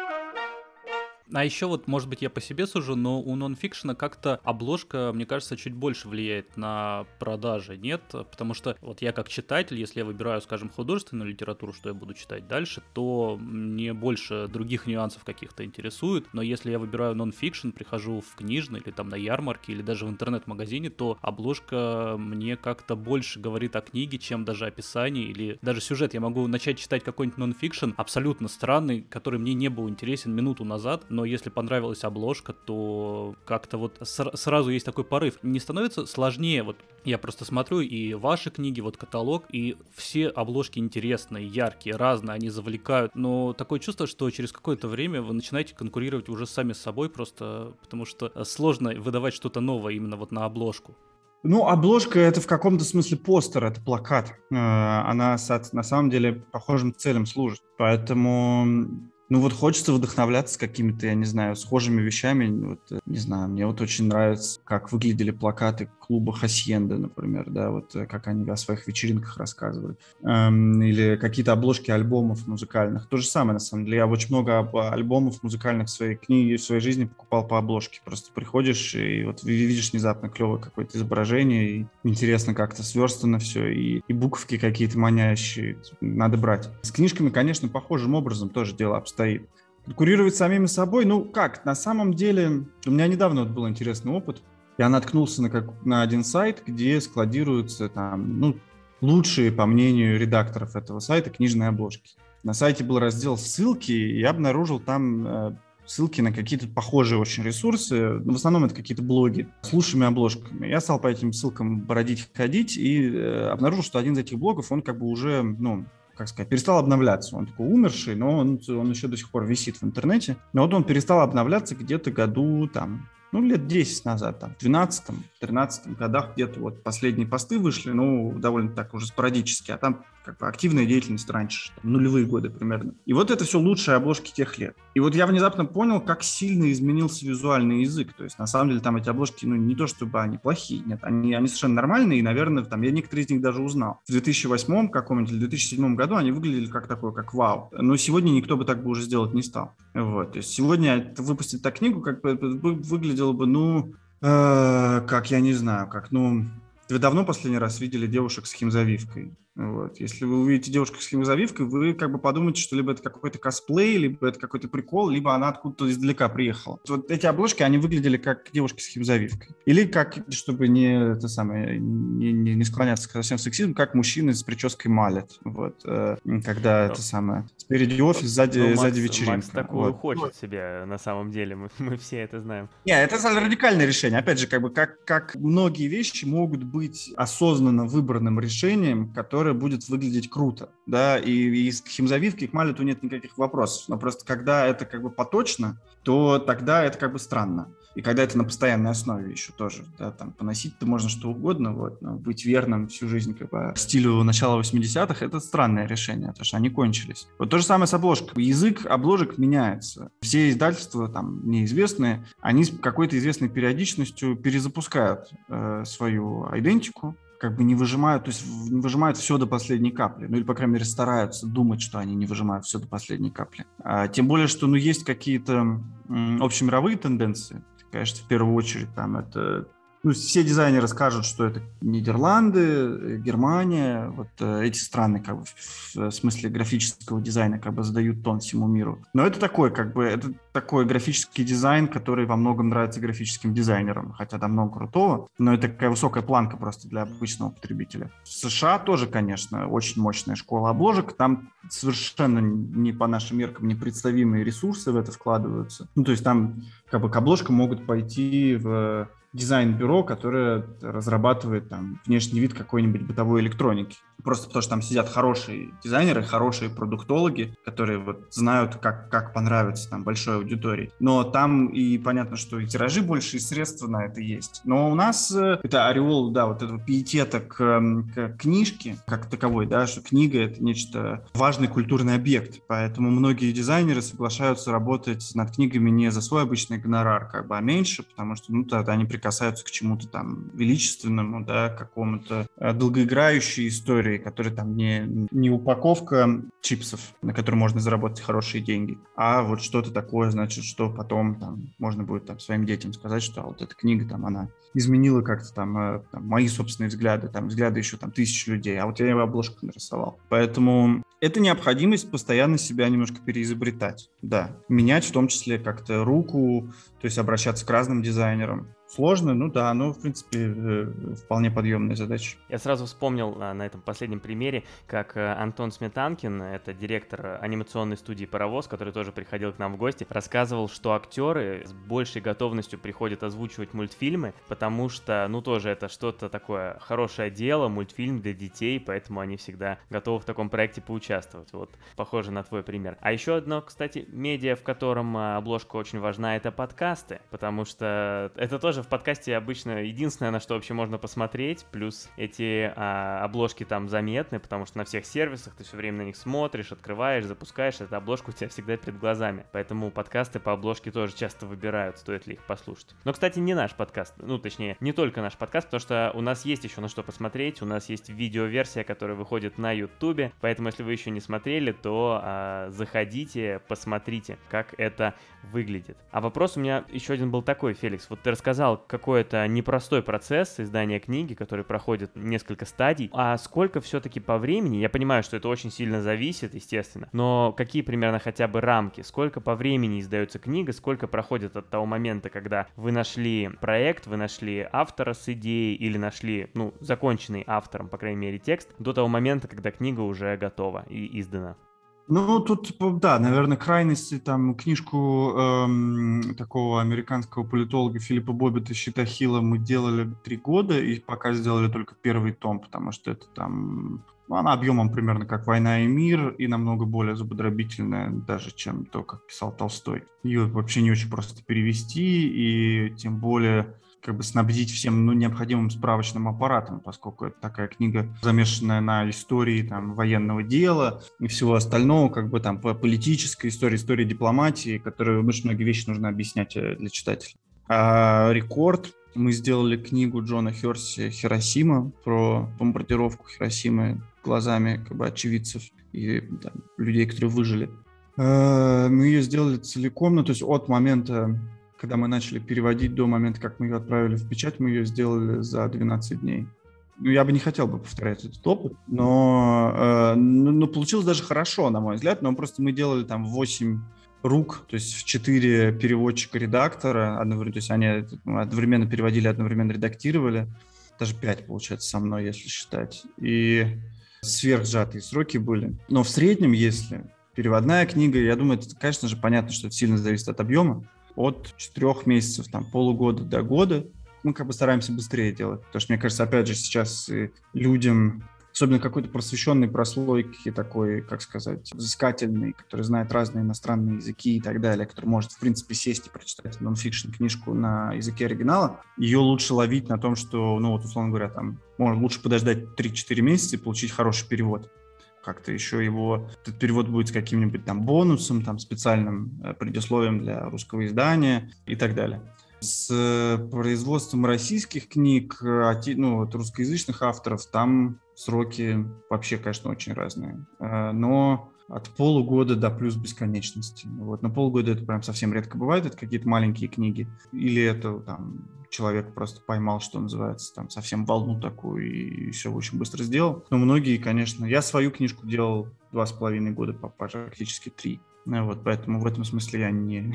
А еще вот, может быть, я по себе сужу, но у нонфикшена как-то обложка, мне кажется, чуть больше влияет на продажи, нет? Потому что вот я как читатель, если я выбираю, скажем, художественную литературу, что я буду читать дальше, то мне больше других нюансов каких-то интересует. Но если я выбираю нонфикшн, прихожу в книжный или там на ярмарке, или даже в интернет-магазине, то обложка мне как-то больше говорит о книге, чем даже описание или даже сюжет. Я могу начать читать какой-нибудь нонфикшн абсолютно странный, который мне не был интересен минуту назад, но если понравилась обложка, то как-то вот сразу есть такой порыв. Не становится сложнее, вот я просто смотрю и ваши книги, вот каталог, и все обложки интересные, яркие, разные, они завлекают, но такое чувство, что через какое-то время вы начинаете конкурировать уже сами с собой, просто потому что сложно выдавать что-то новое именно вот на обложку. Ну, обложка — это в каком-то смысле постер, это плакат. Она на самом деле похожим целям служит, поэтому... Ну вот хочется вдохновляться какими-то, я не знаю, схожими вещами. Вот, не знаю, мне вот очень нравится, как выглядели плакаты клуба Хасьенда, например, да, вот как они о своих вечеринках рассказывали. Или какие-то обложки альбомов музыкальных. То же самое, на самом деле. Я очень много альбомов музыкальных в своей книге, в своей жизни покупал по обложке. Просто приходишь и вот видишь внезапно клевое какое-то изображение, и интересно как-то сверстано все, и буковки какие-то манящие. Надо брать. С книжками, конечно, похожим образом тоже дело обстоит. Конкурировать с самими собой, ну как, на самом деле, у меня недавно вот был интересный опыт. Я наткнулся на один сайт, где складируются там, ну, лучшие, по мнению редакторов этого сайта, книжные обложки. На сайте был раздел «Ссылки», и я обнаружил там ссылки на какие-то похожие очень ресурсы. В основном это какие-то блоги с лучшими обложками. Я стал по этим ссылкам бродить, ходить, и обнаружил, что один из этих блогов, он как бы уже, ну, как сказать, перестал обновляться. Он такой умерший, но он еще до сих пор висит в интернете. Но вот он перестал обновляться где-то году там, ну, лет 10 назад, там, в 12-13 годах где-то вот последние посты вышли, ну, довольно так уже спорадически, а там как бы активная деятельность раньше, там, нулевые годы примерно. И вот это все лучшие обложки тех лет. И вот я внезапно понял, как сильно изменился визуальный язык. То есть, на самом деле, там эти обложки, ну, не то чтобы они плохие, нет, они совершенно нормальные, и, наверное, там, я некоторые из них даже узнал. В 2008 каком-нибудь или 2007 году они выглядели как такое, как вау. Но сегодня никто бы так бы уже сделать не стал. Вот, то есть сегодня выпустить так книгу, как бы выглядело бы, ну, как, я не знаю, как, ну... Вы давно последний раз видели девушек с химзавивкой? Вот. Если вы увидите девушку с химзавивкой, вы как бы подумаете, что либо это какой-то косплей, либо это какой-то прикол, либо она откуда-то издалека приехала. Вот эти обложки, они выглядели как девушки с химзавивкой. Или как, чтобы не склоняться совсем в сексизм, как мужчины с прической малят. Вот. Когда это самое... Спереди офис, сзади вечеринка. Макс такую хочет себе на самом деле, мы все это знаем. Нет, это радикальное решение. Опять же, как бы как многие вещи могут быть осознанно выбранным решением, которое будет выглядеть круто, да, и с химзавивки к малюту нет никаких вопросов, но просто когда это как бы поточно, то тогда это как бы странно. И когда это на постоянной основе еще тоже, да, там поносить-то можно что угодно, вот, но быть верным всю жизнь как бы стилю начала 80-х — это странное решение, потому что они кончились. Вот то же самое с обложкой. Язык обложек меняется. Все издательства, там, неизвестные, они с какой-то известной периодичностью перезапускают свою идентику, как бы не выжимают, то есть не выжимают все до последней капли. Ну или, по крайней мере, стараются думать, что они не выжимают все до последней капли. Тем более, что, ну, есть какие-то общемировые тенденции. Конечно, в первую очередь, там, это Ну, все дизайнеры скажут, что это Нидерланды, Германия, вот эти страны как бы в смысле графического дизайна как бы задают тон всему миру. Но это такой как бы это такой графический дизайн, который во многом нравится графическим дизайнерам, хотя там много крутого, но это такая высокая планка просто для обычного потребителя. В США тоже, конечно, очень мощная школа обложек, там совершенно не по нашим меркам непредставимые ресурсы в это вкладываются. Ну, то есть там как бы к обложкам могут пойти в дизайн-бюро, которое разрабатывает там внешний вид какой-нибудь бытовой электроники. Просто потому что там сидят хорошие дизайнеры, хорошие продуктологи, которые вот знают, как понравится там большой аудитории. Но там и понятно, что и тиражи больше, и средства на это есть. Но у нас это ореол, да, вот этого пиетета к книжке как таковой, да, что книга — это нечто важный культурный объект. Поэтому многие дизайнеры соглашаются работать над книгами не за свой обычный гонорар, как бы, а меньше, потому что, ну, тогда они прикасаются к чему-то там величественному, да, к какому-то долгоиграющей истории, которая там не упаковка чипсов, на которой можно заработать хорошие деньги, а вот что-то такое, значит, что потом там можно будет там своим детям сказать, что вот эта книга там, она изменила как-то там мои собственные взгляды, там взгляды еще там тысяч людей, а вот я его обложку нарисовал. Поэтому это необходимость постоянно себя немножко переизобретать, да, менять в том числе как-то руку, то есть обращаться к разным дизайнерам. Сложно, ну да, но в принципе вполне подъемная задача. Я сразу вспомнил на этом последнем примере, как Антон Сметанкин, это директор анимационной студии «Паровоз», который тоже приходил к нам в гости, рассказывал, что актеры с большей готовностью приходят озвучивать мультфильмы, потому что, ну тоже это что-то такое хорошее дело, мультфильм для детей, поэтому они всегда готовы в таком проекте поучаствовать. Вот, похоже на твой пример. А еще одно, кстати, медиа, в котором обложка очень важна, это подкасты, потому что это тоже в подкасте обычно единственное, на что вообще можно посмотреть, плюс эти обложки там заметны, потому что на всех сервисах ты все время на них смотришь, открываешь, запускаешь, эта обложка у тебя всегда перед глазами. Поэтому подкасты по обложке тоже часто выбирают, стоит ли их послушать. Но, кстати, не наш подкаст, ну, точнее, не только наш подкаст, потому что у нас есть еще на что посмотреть, у нас есть видеоверсия, которая выходит на Ютубе, поэтому, если вы еще не смотрели, то заходите, посмотрите, как это выглядит. А вопрос у меня еще один был такой, Феликс, вот ты рассказал какой-то непростой процесс издания книги, который проходит несколько стадий. А сколько все-таки по времени? Я понимаю, что это очень сильно зависит, естественно, но какие примерно хотя бы рамки? Сколько по времени издается книга? Сколько проходит от того момента, когда вы нашли проект, вы нашли автора с идеей или нашли, ну, законченный автором, по крайней мере, текст, до того момента, когда книга уже готова и издана? Ну, тут, да, наверное, крайности, там, книжку такого американского политолога Филиппа Боббита «Щит Ахилла» мы делали 3 года, и пока сделали только первый том, потому что это там, она объемом примерно как «Война и мир», и намного более зубодробительная даже, чем то, как писал Толстой. Ее вообще не очень просто перевести, и тем более как бы снабдить всем необходимым справочным аппаратом, поскольку это такая книга, замешанная на истории там, военного дела и всего остального, как бы там по политической истории дипломатии, которые очень многие вещи нужно объяснять для читателей. А «Рекорд» мы сделали книгу Джона Херси «Хиросима» про бомбардировку Хиросимы глазами как бы очевидцев и там, людей, которые выжили. Мы ее сделали целиком, ну то есть от момента, когда мы начали переводить, до момента, как мы ее отправили в печать, мы ее сделали за 12 дней. Ну, я бы не хотел бы повторять этот опыт, но получилось даже хорошо, на мой взгляд. Но просто мы делали там 8 рук, то есть 4 переводчика-редактора, то есть они одновременно переводили, одновременно редактировали. Даже 5, получается, со мной, если считать. И сверхсжатые сроки были. Но в среднем, если переводная книга, я думаю, это, конечно же, понятно, что это сильно зависит от объема. От 4 месяцев, там, полугода до года мы как бы стараемся быстрее делать. Потому что, мне кажется, опять же, сейчас людям, особенно какой-то просвещенной прослойки, такой, как сказать, взыскательный, который знает разные иностранные языки и так далее, который может, в принципе, сесть и прочитать нон-фикшн книжку на языке оригинала, ее лучше ловить на том, что, ну вот, условно говоря, там, можно лучше подождать 3-4 месяца и получить хороший перевод. Как-то еще этот перевод будет с каким-нибудь там бонусом, там специальным предисловием для русского издания и так далее. С производством российских книг, ну, от русскоязычных авторов, там сроки вообще, конечно, очень разные. Но от полугода до плюс бесконечности. Вот. Но полгода это прям совсем редко бывает, это какие-то маленькие книги. Или это там человек просто поймал, что называется, там совсем волну такую и все очень быстро сделал. Но многие, конечно, я свою книжку делал 2,5 года, практически 3. Вот, поэтому в этом смысле я не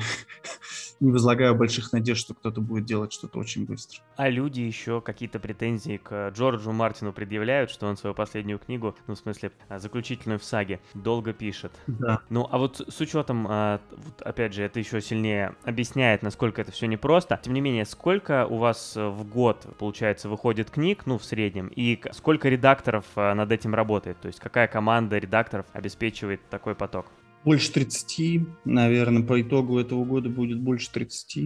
возлагаю больших надежд, что кто-то будет делать что-то очень быстро. А люди еще какие-то претензии к Джорджу Мартину предъявляют, что он свою последнюю книгу, ну, в смысле, заключительную в саге, долго пишет. Да. Ну, а вот с учетом, вот опять же, это еще сильнее объясняет, насколько это все непросто. Тем не менее, сколько у вас в год, получается, выходит книг, ну, в среднем, и сколько редакторов над этим работает? То есть какая команда редакторов обеспечивает такой поток? Больше 30, наверное, по итогу этого года будет больше 30.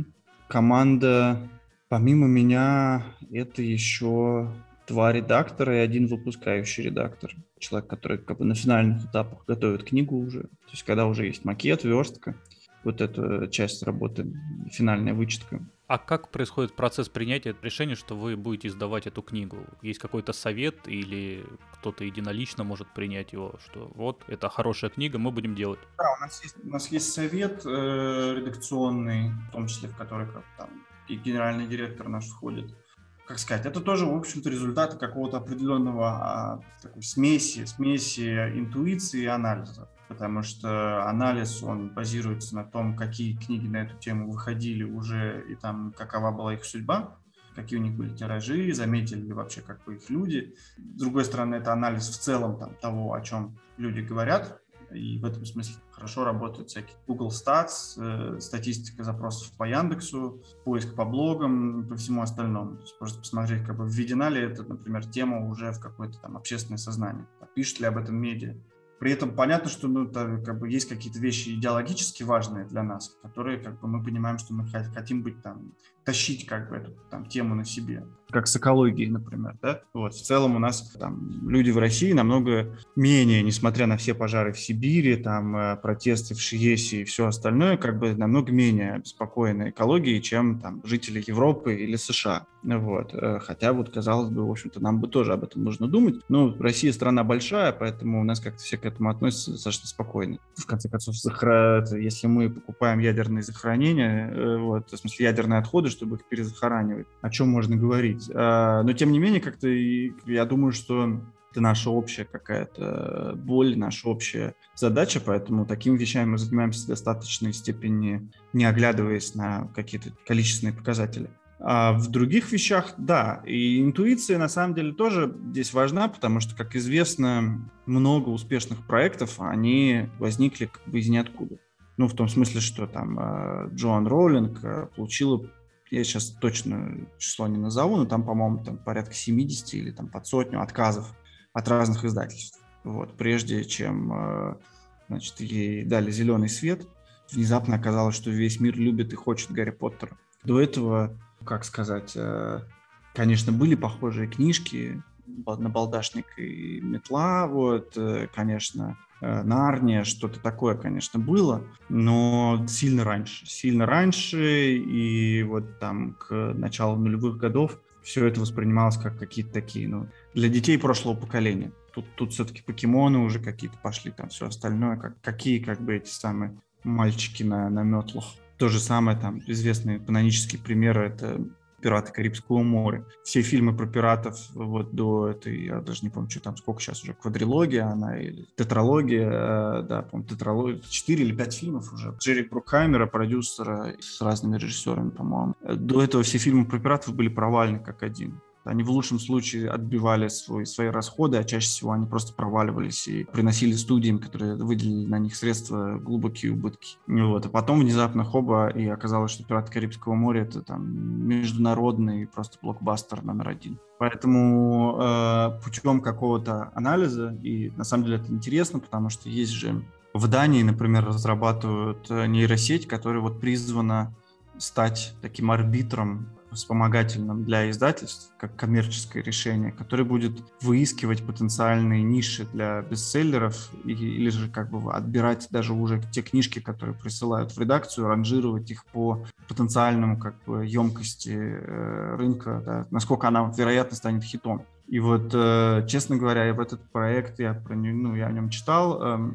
Команда, помимо меня, это еще 2 редактора и 1 выпускающий редактор. Человек, который как бы на финальных этапах готовит книгу уже. То есть когда уже есть макет, верстка, вот эта часть работы, финальная вычетка. А как происходит процесс принятия решения, что вы будете издавать эту книгу? Есть какой-то совет или кто-то единолично может принять его, что вот, это хорошая книга, мы будем делать? Да, у нас есть совет редакционный, в том числе в который там и генеральный директор наш входит. Как сказать, это тоже, в общем-то, результаты какого-то определенного такой смеси интуиции и анализа. Потому что анализ, он базируется на том, какие книги на эту тему выходили уже, и там какова была их судьба, какие у них были тиражи, заметили ли вообще как бы их люди. С другой стороны, это анализ в целом там, того, о чем люди говорят, и в этом смысле хорошо работают всякие Google Stats, статистика запросов по Яндексу, поиск по блогам, по всему остальному. То есть просто посмотреть, как бы введена ли эта, например, тема уже в какое-то там общественное сознание, пишет ли об этом медиа. При этом понятно, что как бы есть какие-то вещи идеологически важные для нас, которые как бы мы понимаем, что мы хотим быть там, тащить как бы эту там тему на себе. Как с экологией, например, да? Вот, в целом у нас там люди в России намного менее, несмотря на все пожары в Сибири, там протесты в Шиесе и все остальное, как бы намного менее обеспокоены экологией, чем там жители Европы или США. Вот. Хотя вот, казалось бы, в общем-то, нам бы тоже об этом нужно думать. Но Россия страна большая, поэтому у нас как-то все к этому относятся достаточно спокойно. В конце концов, если мы покупаем ядерные захоронения, вот, в смысле ядерные отходы, чтобы их перезахоранивать, о чем можно говорить? Но, тем не менее, как-то я думаю, что это наша общая какая-то боль, наша общая задача, поэтому такими вещами мы занимаемся в достаточной степени, не оглядываясь на какие-то количественные показатели. А в других вещах, да, и интуиция на самом деле тоже здесь важна, потому что, как известно, много успешных проектов, они возникли как бы из ниоткуда. Ну, в том смысле, что там Джоан Роулинг получила, я сейчас точно число не назову, но там, по-моему, там порядка 70 или там под 100 отказов от разных издательств. Вот, прежде чем, значит, ей дали зеленый свет, внезапно оказалось, что весь мир любит и хочет Гарри Поттера. До этого, как сказать, конечно, были похожие книжки, «Набалдашник» и «Метла», вот, конечно, «Нарния», что-то такое, конечно, было, но сильно раньше, и вот там к началу нулевых годов все это воспринималось как какие-то такие, ну, для детей прошлого поколения. Тут все-таки покемоны уже какие-то пошли, там все остальное, какие как бы эти самые мальчики на метлах. То же самое, там, известные канонические примеры, это «Пираты Карибского моря». Все фильмы про пиратов вот до этой, я даже не помню, что там, сколько сейчас уже, квадрилогия она или тетралогия, да, по-моему, тетралогия, 4 или 5 фильмов уже. Джерри Брукхаймера, продюсера, с разными режиссерами, по-моему. До этого все фильмы про пиратов были провальны как один. Они в лучшем случае отбивали свои расходы, а чаще всего они просто проваливались и приносили студиям, которые выделили на них средства, глубокие убытки. Вот. А потом внезапно хоба, и оказалось, что «Пираты Карибского моря» — это там международный просто блокбастер номер 1. Поэтому путем какого-то анализа, и на самом деле это интересно, потому что есть же в Дании, например, разрабатывают нейросеть, которая вот призвана стать таким арбитром вспомогательным для издательств, как коммерческое решение, которое будет выискивать потенциальные ниши для бестселлеров или же как бы отбирать даже уже те книжки, которые присылают в редакцию, ранжировать их по потенциальному как бы емкости рынка, да, насколько она, вероятно, станет хитом. И вот, честно говоря, в этот проект я о нем читал.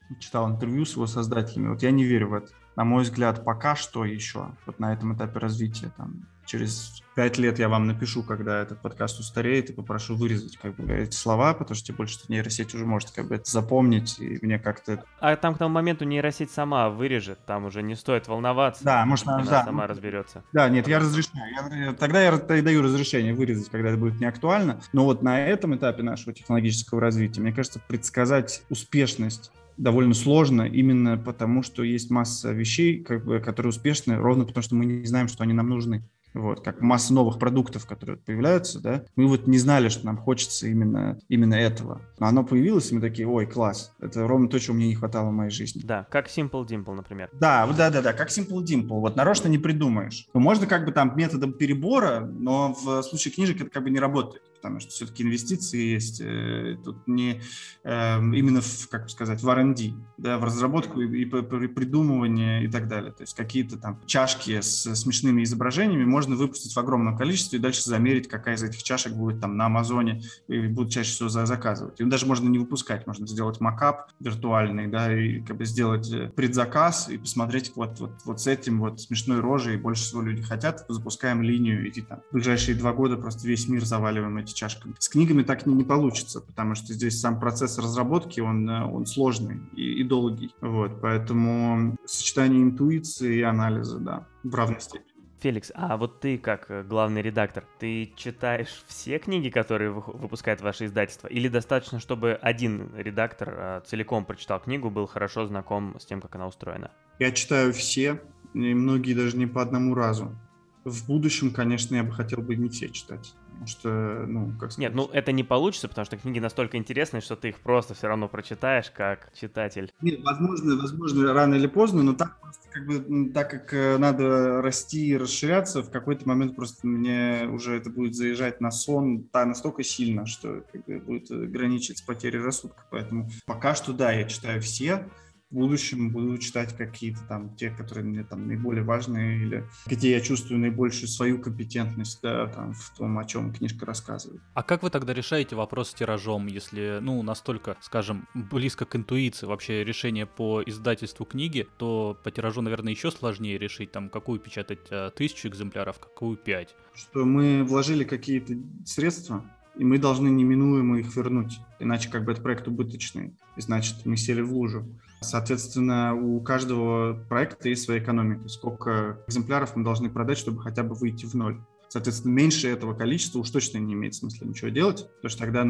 читал интервью с его создателями. Вот я не верю в это. На мой взгляд, пока что еще, вот на этом этапе развития, там, через 5 лет я вам напишу, когда этот подкаст устареет, и попрошу вырезать как бы эти слова, потому что тем больше нейросеть уже может как бы это запомнить, и мне как-то... А там к тому моменту нейросеть сама вырежет, там уже не стоит волноваться. Да, может, она да, сама разберется. Да, нет, я разрешаю. Тогда я даю разрешение вырезать, когда это будет не актуально. Но вот на этом этапе нашего технологического развития, мне кажется, предсказать успешность довольно сложно, именно потому, что есть масса вещей, как бы, которые успешны, ровно потому, что мы не знаем, что они нам нужны. Вот, как масса новых продуктов, которые появляются, да, мы вот не знали, что нам хочется именно этого. Но оно появилось, и мы такие, ой, класс, это ровно то, чего мне не хватало в моей жизни. Да, как Simple Dimple, например. Да, как Simple Dimple, вот нарочно не придумаешь. Ну, можно как бы там методом перебора, но в случае книжек это как бы не работает, потому что все-таки инвестиции есть тут не именно в, как сказать, в R&D, да, в разработку и придумывание и так далее. То есть какие-то там чашки с смешными изображениями можно выпустить в огромном количестве и дальше замерить, какая из этих чашек будет там на Амазоне и будут чаще всего заказывать. И даже можно не выпускать, можно сделать макап виртуальный, да, и как бы сделать предзаказ и посмотреть вот с этим вот смешной рожей, больше всего люди хотят, запускаем линию, и там в ближайшие 2 года просто весь мир заваливаем эти чашками. С книгами так не получится, потому что здесь сам процесс разработки, он сложный и долгий. Вот, поэтому сочетание интуиции и анализа, да, в равной степени. Феликс, а вот ты как главный редактор, ты читаешь все книги, которые выпускает ваше издательство? Или достаточно, чтобы один редактор целиком прочитал книгу, был хорошо знаком с тем, как она устроена? Я читаю все, и многие даже не по одному разу. В будущем, конечно, я бы хотел бы не все читать. Потому что, ну, как сказать... Нет, это не получится, потому что книги настолько интересные, что ты их просто все равно прочитаешь, как читатель. Нет, возможно, рано или поздно, но так просто так как надо расти и расширяться, в какой-то момент просто мне уже это будет заезжать на сон настолько сильно, что как бы будет граничить с потерей рассудка. Поэтому пока что, да, я читаю все. В будущем буду читать какие-то там те, которые мне там наиболее важные, или где я чувствую наибольшую свою компетентность, да, там, в том, о чем книжка рассказывает. А как вы тогда решаете вопрос с тиражом, если, настолько, скажем, близко к интуиции вообще решение по издательству книги, то по тиражу, наверное, еще сложнее решить, там, какую печатать 1000 экземпляров, какую 5? Что мы вложили какие-то средства, и мы должны неминуемо их вернуть, иначе как бы этот проект убыточный, и значит, мы сели в лужу. Соответственно, у каждого проекта есть своя экономика. Сколько экземпляров мы должны продать, чтобы хотя бы выйти в ноль. Соответственно, меньше этого количества уж точно не имеет смысла ничего делать, потому что тогда,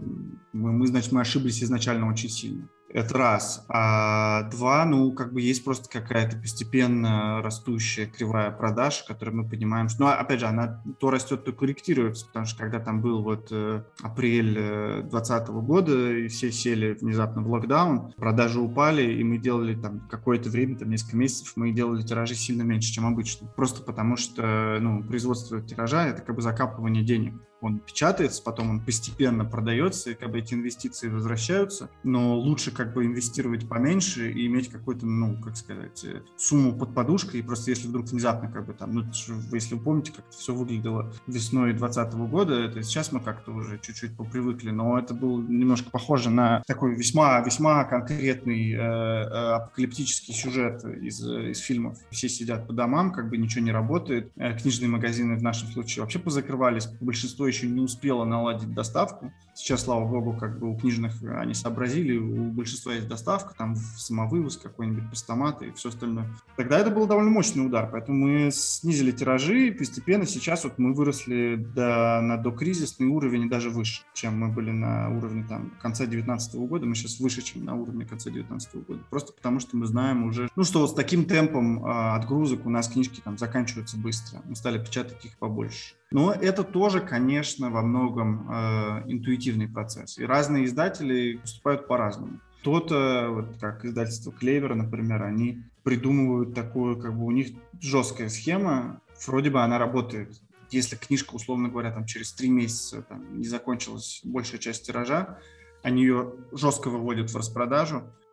мы ошиблись изначально очень сильно. Это раз. А два, есть просто какая-то постепенно растущая кривая продаж, которую мы понимаем, что, опять же, она то растет, то корректируется, потому что когда там был апрель 2020 года, и все сели внезапно в локдаун, продажи упали, и мы делали там какое-то время, там несколько месяцев, мы делали тиражи сильно меньше, чем обычно. Просто потому что, производство тиража — это как бы закапывание денег. Он печатается, потом он постепенно продается, и как бы эти инвестиции возвращаются, но лучше как бы инвестировать поменьше и иметь какую-то, сумму под подушкой, и просто если вдруг внезапно как бы там, если вы помните, как это все выглядело весной 2020 года, это сейчас мы как-то уже чуть-чуть попривыкли, но это было немножко похоже на такой весьма конкретный апокалиптический сюжет из фильмов. Все сидят по домам, как бы ничего не работает, книжные магазины в нашем случае вообще позакрывались, большинство еще не успела наладить доставку. Сейчас, слава богу, как бы у книжных они сообразили, у большинства есть доставка, там самовывоз какой-нибудь, постамат и все остальное. Тогда это был довольно мощный удар, поэтому мы снизили тиражи, и постепенно сейчас мы выросли на докризисный уровень и даже выше, чем мы были на уровне конца 2019 года. Мы сейчас выше, чем на уровне конца 2019 года. Просто потому, что мы знаем уже, что с таким темпом отгрузок у нас книжки заканчиваются быстро. Мы стали печатать их побольше. Но это тоже, конечно, во многом интуитивный процесс. И разные издатели поступают по-разному. Кто-то, как издательство Клевер, например, они придумывают такую, у них жесткая схема, вроде бы она работает. Если книжка, условно говоря, через 3 месяца не закончилась большая часть тиража, они ее жестко выводят в распродажу,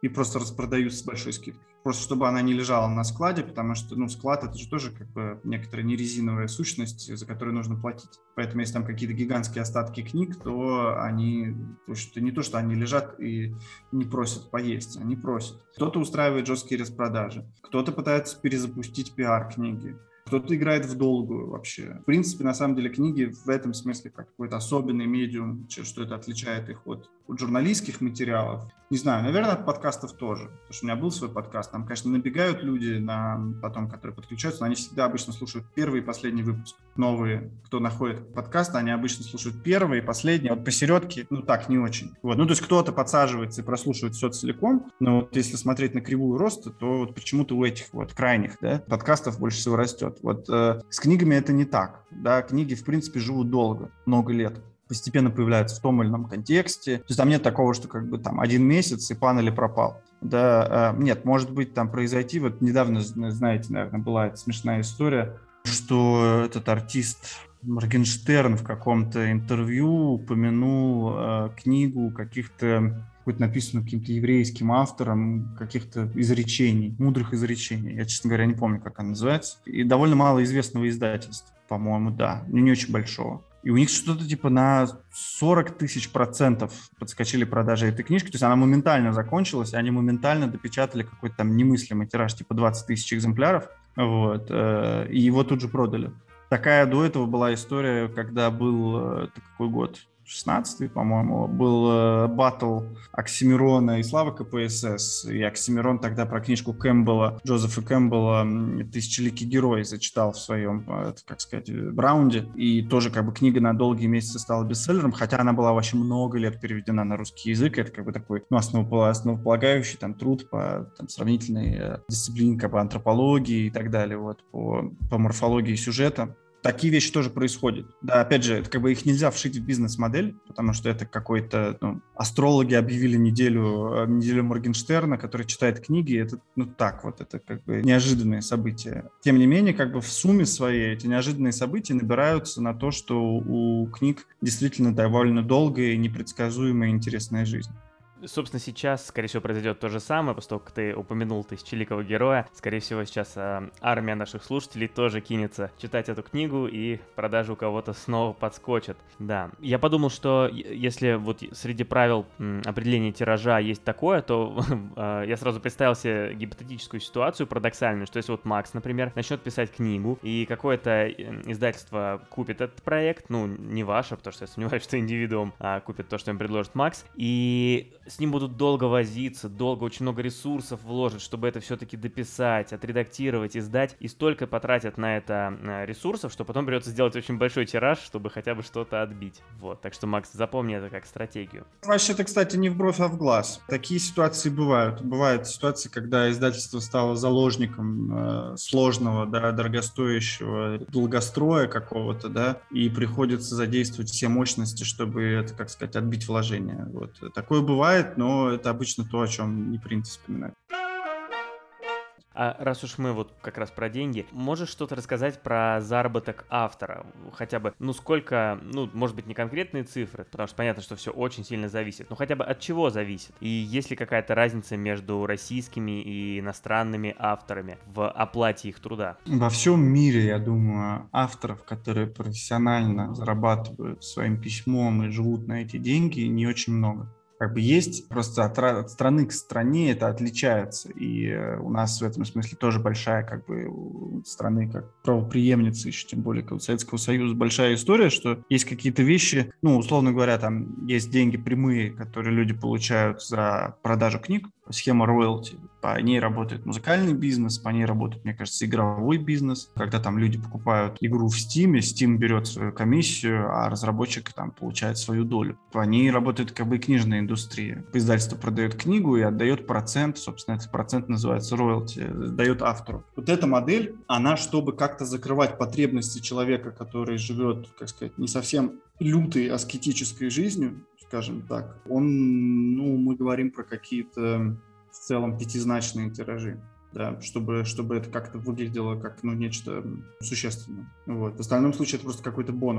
и просто распродают с большой скидкой. Просто чтобы она не лежала на складе, потому что, склад — это же тоже как бы некоторая нерезиновая сущность, за которую нужно платить. Поэтому если там какие-то гигантские остатки книг, то они, то есть не то, что они лежат и не просят поесть, они просят. Кто-то устраивает жесткие распродажи, кто-то пытается перезапустить пиар книги. Кто-то играет в долгую вообще. В принципе, на самом деле, книги в этом смысле как какой-то особенный медиум, что это отличает их от журналистских материалов. Не знаю, наверное, от подкастов тоже. Потому что у меня был свой подкаст. Там, конечно, набегают люди, потом, которые подключаются, но они всегда обычно слушают первый и последний выпуск. Новые, кто находит подкасты, они обычно слушают первый и последний. А вот посередке, так, не очень. Вот. То есть кто-то подсаживается и прослушивает все целиком, но вот если смотреть на кривую роста, то вот почему-то у этих вот крайних, да, подкастов больше всего растет. Вот с книгами это не так. Да, книги, в принципе, живут долго, много лет. Постепенно появляются в том или ином контексте. То есть там нет такого, что как бы там 1 месяц и пан или пропал. Да, нет, может быть там произойти. Вот недавно, знаете, наверное, была эта смешная история, что этот артист Моргенштерн в каком-то интервью упомянул книгу какую-то написанную каким-то еврейским автором, каких-то изречений, мудрых изречений. Я, честно говоря, не помню, как она называется. И довольно мало известного издательства, по-моему, да, не очень большого. И у них что-то типа на 40 000% подскочили продажи этой книжки. То есть она моментально закончилась, и они моментально допечатали какой-то там немыслимый тираж, типа 20 000 экземпляров. Вот, и его тут же продали. Такая до этого была история, когда был, это какой год? 16-й, по-моему, был баттл Оксимирона и Славы КПСС, и Оксимирон тогда про книжку Кэмпбелла, Джозефа Кэмпбелла «Тысячеликий герой» зачитал в своем, как сказать, раунде, и тоже как бы книга на долгие месяцы стала бестселлером, хотя она была вообще много лет переведена на русский язык, это как бы такой основополагающий там труд по сравнительной дисциплине как бы антропологии и так далее, вот, по морфологии сюжета. Такие вещи тоже происходят. Да, опять же, это как бы их нельзя вшить в бизнес-модель, потому что это какой-то... астрологи объявили неделю Моргенштерна, который читает книги. Это, это как бы неожиданные события. Тем не менее, как бы в сумме своей эти неожиданные события набираются на то, что у книг действительно довольно долгая и непредсказуемая интересная жизнь. Собственно, сейчас, скорее всего, произойдет то же самое, после того, как ты упомянул «Тысячеликого героя». Скорее всего, сейчас армия наших слушателей тоже кинется читать эту книгу, и продажи у кого-то снова подскочат. Да, я подумал, что если вот среди правил определения тиража есть такое, то я сразу представил себе гипотетическую ситуацию парадоксальную, что если вот Макс, например, начнет писать книгу, и какое-то издательство купит этот проект, не ваше, потому что я сомневаюсь, что индивидуум купит то, что им предложит Макс, и с ним будут долго возиться, очень много ресурсов вложат, чтобы это все-таки дописать, отредактировать, издать, и столько потратят на это ресурсов, что потом придется сделать очень большой тираж, чтобы хотя бы что-то отбить. Вот, так что, Макс, запомни это как стратегию. Вообще-то, кстати, не в бровь, а в глаз. Такие ситуации бывают. Бывают ситуации, когда издательство стало заложником сложного, дорогостоящего долгостроя какого-то, и приходится задействовать все мощности, чтобы это, как сказать, отбить вложения. Вот. Такое бывает, но это обычно то, о чем не принято вспоминать. А раз уж мы вот как раз про деньги, можешь что-то рассказать про заработок автора? Хотя бы, сколько, может быть, не конкретные цифры, потому что понятно, что все очень сильно зависит, но хотя бы от чего зависит? И есть ли какая-то разница между российскими и иностранными авторами в оплате их труда? Во всем мире, я думаю, авторов, которые профессионально зарабатывают своим письмом и живут на эти деньги, не очень много. Как бы есть, просто от страны к стране это отличается, и у нас в этом смысле тоже большая, как бы, у страны как правопреемницы, еще тем более как у Советского Союза, большая история, что есть какие-то вещи, условно говоря, там есть деньги прямые, которые люди получают за продажу книг, схема роялти, по ней работает музыкальный бизнес, по ней работает, мне кажется, игровой бизнес, когда там люди покупают игру в Steam, Steam берет свою комиссию, а разработчик там получает свою долю. По ней работает как бы книжная индустрия. Издательство продает книгу и отдает процент, собственно, этот процент называется роялти, дает автору. Вот эта модель, она, чтобы как-то закрывать потребности человека, который живет, как сказать, не совсем лютой аскетической жизнью, скажем так, мы говорим про какие-то в целом пятизначные тиражи, чтобы это как-то выглядело как нечто существенное. Вот. В остальном случае это просто какой-то бонус.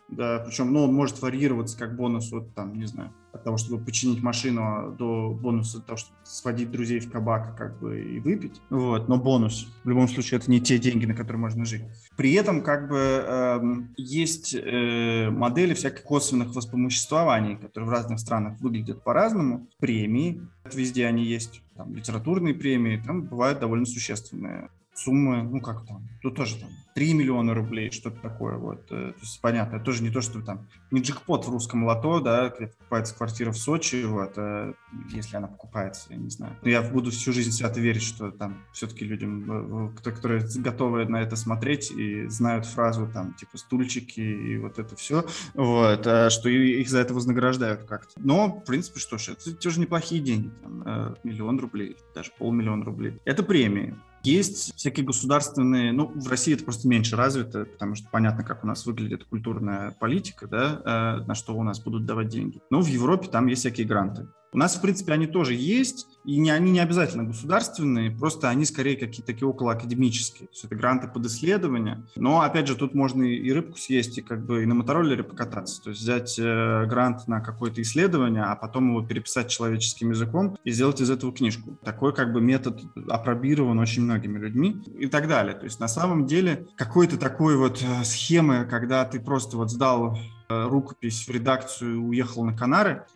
Да, причем, ну, он может варьироваться как бонус от, там, не знаю, от того, чтобы починить машину, до бонуса от того, чтобы сводить друзей в кабак, как бы, и выпить. Вот, но бонус. В любом случае, это не те деньги, на которые можно жить. При этом, как бы, есть модели всяких косвенных воспомоществований, которые в разных странах выглядят по-разному. Премии, везде они есть. Там, литературные премии, там бывают довольно существенные суммы, ну как там, тут тоже там 3 миллиона рублей, что-то такое, вот, то есть понятно, это тоже не то, что там, не джекпот в русском лото, да, где покупается квартира в Сочи, вот, если она покупается, я не знаю. Но я буду всю жизнь свято верить, что там все-таки людям, которые готовы на это смотреть и знают фразу там, типа, стульчики и вот это все, вот, что их за это вознаграждают как-то. Но, в принципе, что ж, это тоже неплохие деньги, там, 1 миллион рублей, даже 500 000 рублей. Это премии. Есть всякие государственные, ну, в России это просто меньше развито, потому что понятно, как у нас выглядит культурная политика, да, на что у нас будут давать деньги. Но в Европе там есть всякие гранты. У нас, в принципе, они тоже есть, и они не обязательно государственные, просто они скорее какие-то такие околоакадемические. То есть это гранты под исследования. Но, опять же, тут можно и рыбку съесть, и как бы и на мотороллере покататься. То есть взять грант на какое-то исследование, а потом его переписать человеческим языком и сделать из этого книжку. Такой как бы метод апробирован очень многими людьми и так далее. То есть на самом деле какой-то такой вот схемы, когда ты просто вот сдал рукопись в редакцию и уехал на Канары,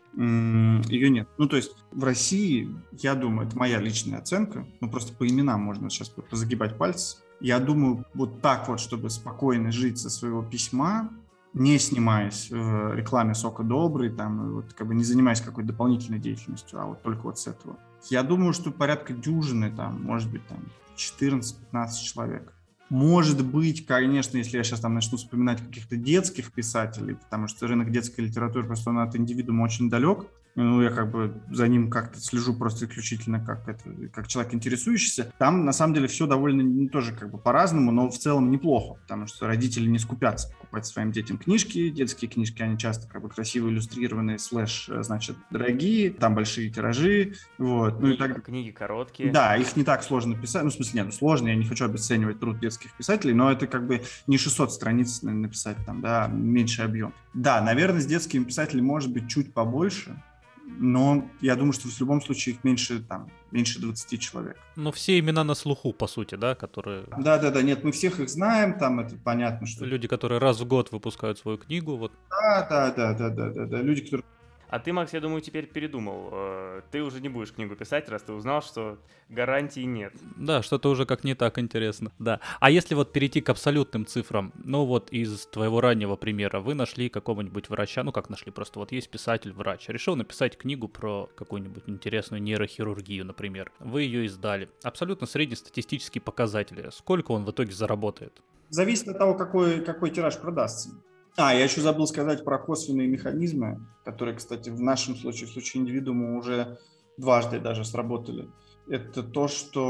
ее нет. Ну, то есть в России, я думаю, это моя личная оценка, ну, просто по именам можно сейчас позагибать пальцы. Я думаю, вот так вот, чтобы спокойно жить со своего письма, не снимаясь в рекламе «Сока Добрый», там, вот, как бы не занимаясь какой-то дополнительной деятельностью, а вот только вот с этого. Я думаю, что порядка дюжины, там, может быть, там, 14-15 человек. Может быть, конечно, если я сейчас там начну вспоминать каких-то детских писателей, потому что рынок детской литературы просто он от индивидуума очень далек, ну, я как бы за ним как-то слежу просто исключительно как человек интересующийся. Там, на самом деле, все довольно тоже как бы по-разному, но в целом неплохо, потому что родители не скупятся покупать своим детям книжки. Детские книжки, они часто как бы красиво иллюстрированные, значит, дорогие, там большие тиражи, вот. Ну, и так... Книги короткие. Да, их не так сложно писать, ну, в смысле, нет, сложно, я не хочу обесценивать труд детских писателей, но это как бы не 600 страниц написать там, да, меньший объем. Да, наверное, с детскими писателями может быть чуть побольше, но я думаю, что в любом случае их меньше 20 человек. Но все имена на слуху, по сути, да, которые... Да, нет, мы всех их знаем, там это понятно, что... Люди, которые раз в год выпускают свою книгу, вот. Да, люди, которые... А ты, Макс, я думаю, теперь передумал. Ты уже не будешь книгу писать, раз ты узнал, что гарантий нет. Да, что-то уже как не так интересно. Да. А если вот перейти к абсолютным цифрам, ну вот из твоего раннего примера, вы нашли какого-нибудь врача, ну как нашли, просто вот есть писатель-врач, решил написать книгу про какую-нибудь интересную нейрохирургию, например. Вы ее издали. Абсолютно среднестатистические показатели. Сколько он в итоге заработает? Зависит от того, какой тираж продастся. Я еще забыл сказать про косвенные механизмы, которые, кстати, в нашем случае, в случае индивидуума, уже дважды даже сработали. Это то,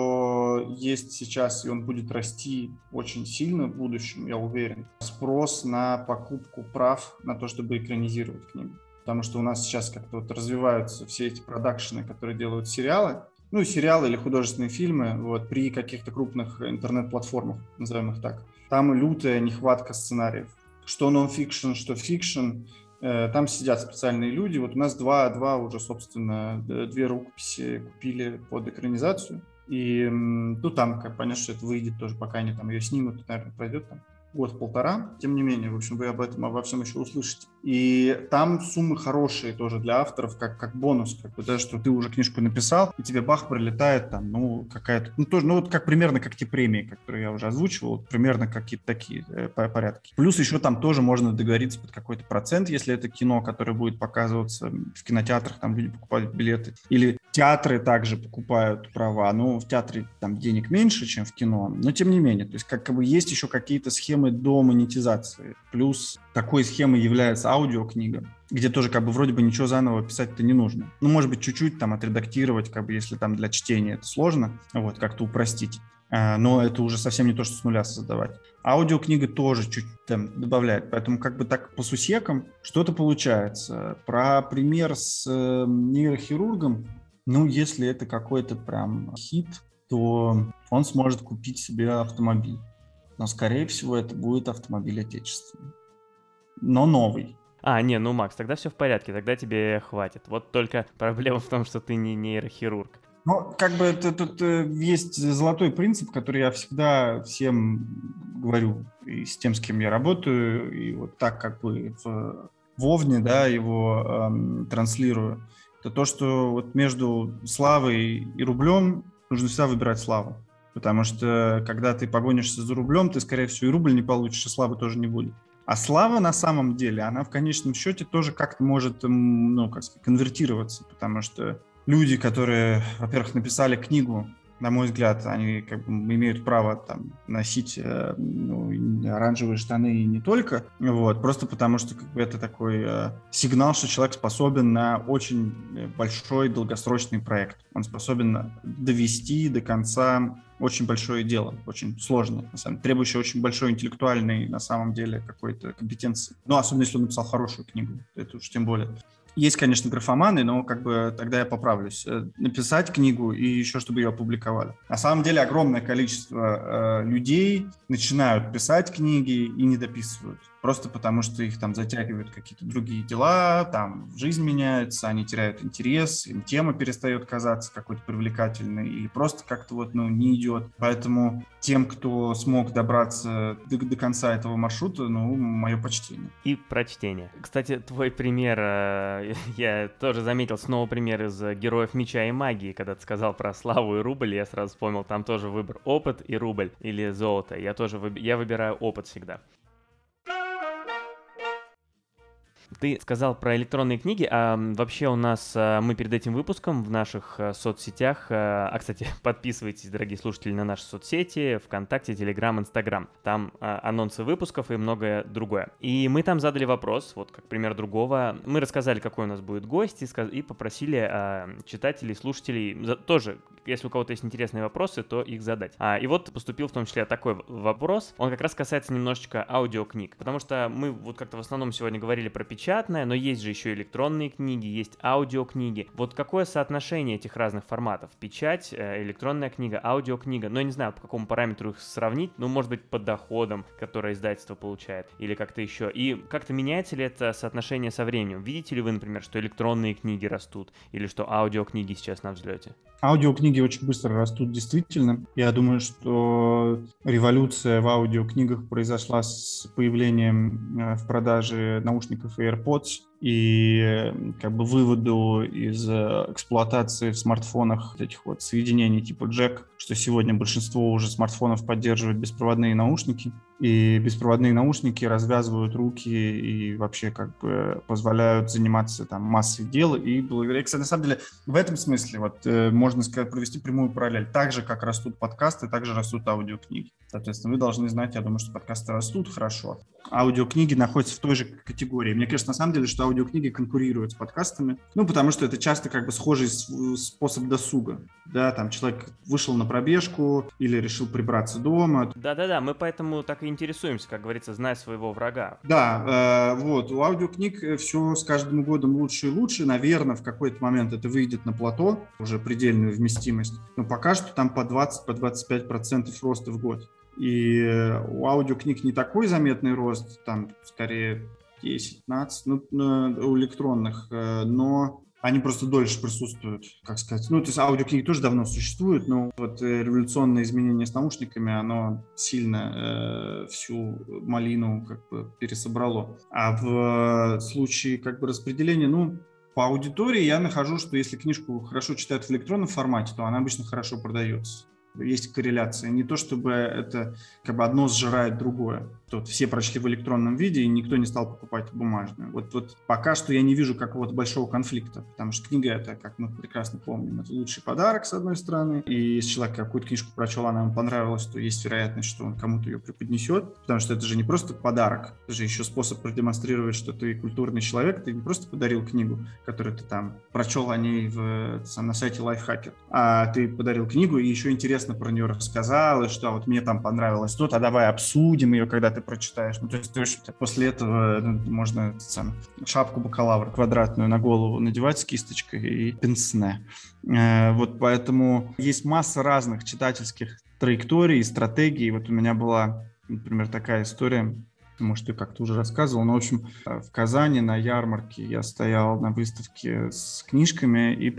что есть сейчас, и он будет расти очень сильно в будущем, я уверен. Спрос на покупку прав на то, чтобы экранизировать книгу. Потому что у нас сейчас как-то вот развиваются все эти продакшены, которые делают сериалы. Ну, сериалы или художественные фильмы вот, при каких-то крупных интернет-платформах, назовем их так. Там лютая нехватка сценариев. Что нон-фикшн, что фикшн, там сидят специальные люди. Вот у нас два уже, собственно, 2 рукописи купили под экранизацию. И ну, там, как понятно, что это выйдет тоже, пока они там ее снимут, наверное, пройдет там год-полтора. Тем не менее, в общем, вы обо всем еще услышите. И там суммы хорошие тоже для авторов, как бонус, как бы, да, что ты уже книжку написал, и тебе бах, прилетает там, ну, какая-то, ну, тоже, ну, вот как примерно как те премии, которые я уже озвучивал, примерно какие-то такие порядки. Плюс еще там тоже можно договориться под какой-то процент, если это кино, которое будет показываться в кинотеатрах, там люди покупают билеты. Или театры также покупают права, ну, в театре там денег меньше, чем в кино, но тем не менее, то есть как бы есть еще какие-то схемы до монетизации. Плюс такой схемой является аудиокнига, где тоже как бы вроде бы ничего заново писать-то не нужно. Ну, может быть, чуть-чуть там отредактировать, как бы если там для чтения это сложно, вот, как-то упростить. Но это уже совсем не то, что с нуля создавать. Аудиокнига тоже чуть там добавляет, поэтому как бы так по сусекам что-то получается. Про пример с нейрохирургом, ну, если это какой-то прям хит, то он сможет купить себе автомобиль. Но, скорее всего, это будет автомобиль отечественный. но новый. Не, ну, Макс, тогда все в порядке, тогда тебе хватит. Вот только проблема в том, что ты не нейрохирург. Ну, как бы тут есть золотой принцип, который я всегда всем говорю, и с тем, с кем я работаю, и вот так как бы в Овне, да, его транслирую. Это то, что вот между славой и рублем нужно всегда выбирать славу. Потому что когда ты погонишься за рублем, ты, скорее всего, и рубль не получишь, и славы тоже не будет. А слава на самом деле, она в конечном счете тоже как-то может, ну, как сказать, конвертироваться, потому что люди, которые, во-первых, написали книгу, на мой взгляд, они как бы имеют право там носить оранжевые штаны и не только, вот, просто потому что как бы это такой сигнал, что человек способен на очень большой долгосрочный проект. Он способен довести до конца очень большое дело, очень сложное, на самом деле, требующее очень большой интеллектуальной, на самом деле, какой-то компетенции. Ну, особенно если он написал хорошую книгу, это уж тем более. Есть, конечно, графоманы, но как бы тогда я поправлюсь. Написать книгу и еще, чтобы ее опубликовали. На самом деле огромное количество людей начинают писать книги и не дописывают. Просто потому, что их там затягивают какие-то другие дела, там жизнь меняется, они теряют интерес, им тема перестает казаться какой-то привлекательной или просто как-то вот, не идет. Поэтому тем, кто смог добраться до конца этого маршрута, мое почтение. И прочтение. Кстати, твой пример, я тоже заметил снова пример из «Героев меча и магии», когда ты сказал про славу и рубль, я сразу вспомнил, там тоже выбор опыт и рубль или золото. Я выбираю опыт всегда. Ты сказал про электронные книги, а вообще у нас, мы перед этим выпуском в наших соцсетях, кстати, подписывайтесь, дорогие слушатели, на наши соцсети, ВКонтакте, Телеграм, Инстаграм, там анонсы выпусков и многое другое. И мы там задали вопрос, вот как пример другого, мы рассказали, какой у нас будет гость, и попросили читателей, слушателей тоже, если у кого-то есть интересные вопросы, то их задать. И вот поступил в том числе такой вопрос, он как раз касается немножечко аудиокниг, потому что мы вот как-то в основном сегодня говорили про печатное, но есть же еще электронные книги, есть аудиокниги. Вот какое соотношение этих разных форматов? Печать, электронная книга, аудиокнига. Ну, я не знаю, по какому параметру их сравнить. Ну, может быть, по доходам, которые издательство получает, или как-то еще. И как-то меняется ли это соотношение со временем? Видите ли вы, например, что электронные книги растут, или что аудиокниги сейчас на взлете? Аудиокниги очень быстро растут, действительно. Я думаю, что революция в аудиокнигах произошла с появлением в продаже наушников AirPods и как бы выводу из эксплуатации в смартфонах этих вот соединений типа джек, что сегодня большинство уже смартфонов поддерживает беспроводные наушники, и беспроводные наушники развязывают руки и вообще как бы позволяют заниматься там массой дел. И благодаря, кстати, на самом деле в этом смысле вот можно сказать, провести прямую параллель. Так же, как растут подкасты, так же растут аудиокниги. Соответственно, вы должны знать, я думаю, что подкасты растут хорошо. Аудиокниги находятся в той же категории. Мне кажется, на самом деле, что аудиокниги конкурируют с подкастами, потому что это часто как бы схожий способ досуга. Да, там человек вышел на пробежку или решил прибраться дома. Да-да-да, мы поэтому так и интересуемся, как говорится, знай своего врага. Да, вот, у аудиокниг все с каждым годом лучше и лучше. Наверное, в какой-то момент это выйдет на плато, уже предельную вместимость. Но пока что там по 20-25% роста в год. И у аудиокниг не такой заметный рост, там скорее 10-15, у электронных, но они просто дольше присутствуют, как сказать. То есть аудиокниги тоже давно существуют, но вот революционное изменение с наушниками, оно сильно всю малину как бы пересобрало. А в случае как бы распределения, по аудитории я нахожу, что если книжку хорошо читают в электронном формате, то она обычно хорошо продается. Есть корреляция. Не то, чтобы это как бы одно сжирает другое. Тут все прочли в электронном виде, и никто не стал покупать бумажную. Вот пока что я не вижу какого-то большого конфликта, потому что книга — это, как мы прекрасно помним, это лучший подарок, с одной стороны. И если человек какую-то книжку прочел, она ему понравилась, то есть вероятность, что он кому-то ее преподнесет, потому что это же не просто подарок, это же еще способ продемонстрировать, что ты культурный человек, ты не просто подарил книгу, которую ты там прочел о ней на сайте Lifehacker, а ты подарил книгу и еще интересно про нее рассказал, и что вот мне там понравилось то, а давай обсудим ее, когда ты прочитаешь. То есть после этого можно шапку бакалавра квадратную на голову надевать с кисточкой и пенсне. Вот поэтому есть масса разных читательских траекторий, стратегий. Вот у меня была, например, такая история. Может, я как-то уже рассказывал, но, в общем, в Казани на ярмарке я стоял на выставке с книжками, и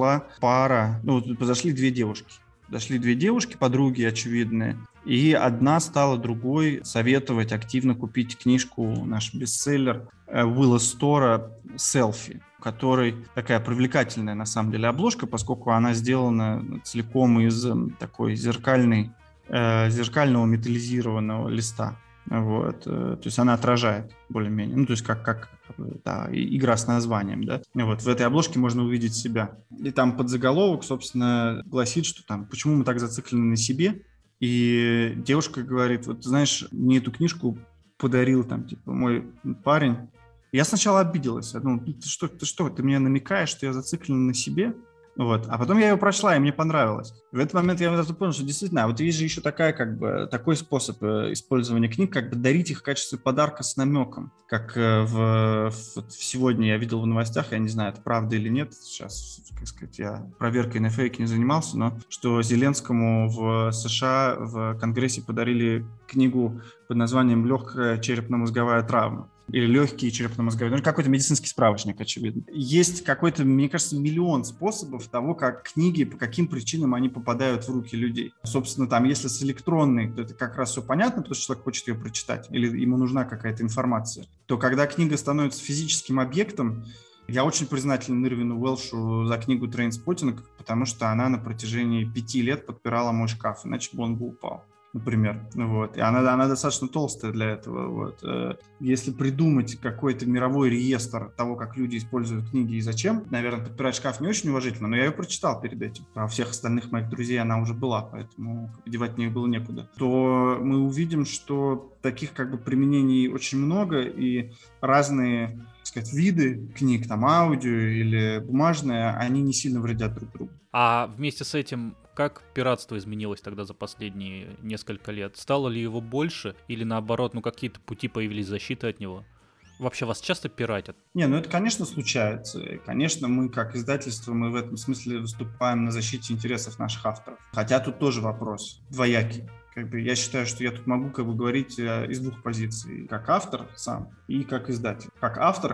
подошли две девушки. Подошли две девушки, подруги очевидные, и одна стала другой советовать активно купить книжку, наш бестселлер Уилла Стора «Селфи», у которой такая привлекательная на самом деле обложка, поскольку она сделана целиком из такой зеркального металлизированного листа. Вот, то есть она отражает более-менее, то есть как игра с названием, да. Вот в этой обложке можно увидеть себя. И там подзаголовок, собственно, гласит, что там, почему мы так зациклены на себе. И девушка говорит, вот, знаешь, мне эту книжку подарил там, типа, мой парень. Я сначала обиделась. Я думала, ты что, ты мне намекаешь, что я зациклен на себе? Вот. А потом я ее прочла, и мне понравилось. В этот момент я понял, что действительно, вот есть же еще такой способ использования книг, как бы дарить их в качестве подарка с намеком. Как сегодня я видел в новостях, я не знаю, это правда или нет, сейчас, как сказать, я проверкой на фейк не занимался, но что Зеленскому в США в Конгрессе подарили книгу под названием «Легкая черепно-мозговая травма». Или легкие черепно-мозговые, какой-то медицинский справочник, очевидно. Есть какой-то, мне кажется, миллион способов того, как книги, по каким причинам они попадают в руки людей. Собственно, там, если с электронной, то это как раз все понятно, потому что человек хочет ее прочитать, или ему нужна какая-то информация. То когда книга становится физическим объектом, я очень признателен Ирвину Уэлшу за книгу «Трейнспоттинг», потому что она на протяжении 5 лет подпирала мой шкаф, иначе бы он бы упал. Например, вот. И она достаточно толстая для этого. Вот. Если придумать какой-то мировой реестр того, как люди используют книги и зачем, наверное, подпирать шкаф не очень уважительно, но я ее прочитал перед этим. А у всех остальных моих друзей она уже была, поэтому девать в нее было некуда. То мы увидим, что таких как бы применений очень много, и разные, так сказать, виды книг, там аудио или бумажные, они не сильно вредят друг другу. А вместе с этим, как пиратство изменилось тогда за последние несколько лет? Стало ли его больше или наоборот, какие-то пути появились защиты от него? Вообще вас часто пиратят? Это, конечно, случается. И, конечно, мы, как издательство, мы в этом смысле выступаем на защите интересов наших авторов. Хотя тут тоже вопрос двоякий. Я считаю, что я тут могу говорить из двух позиций. Как автор сам и как издатель. Как автор,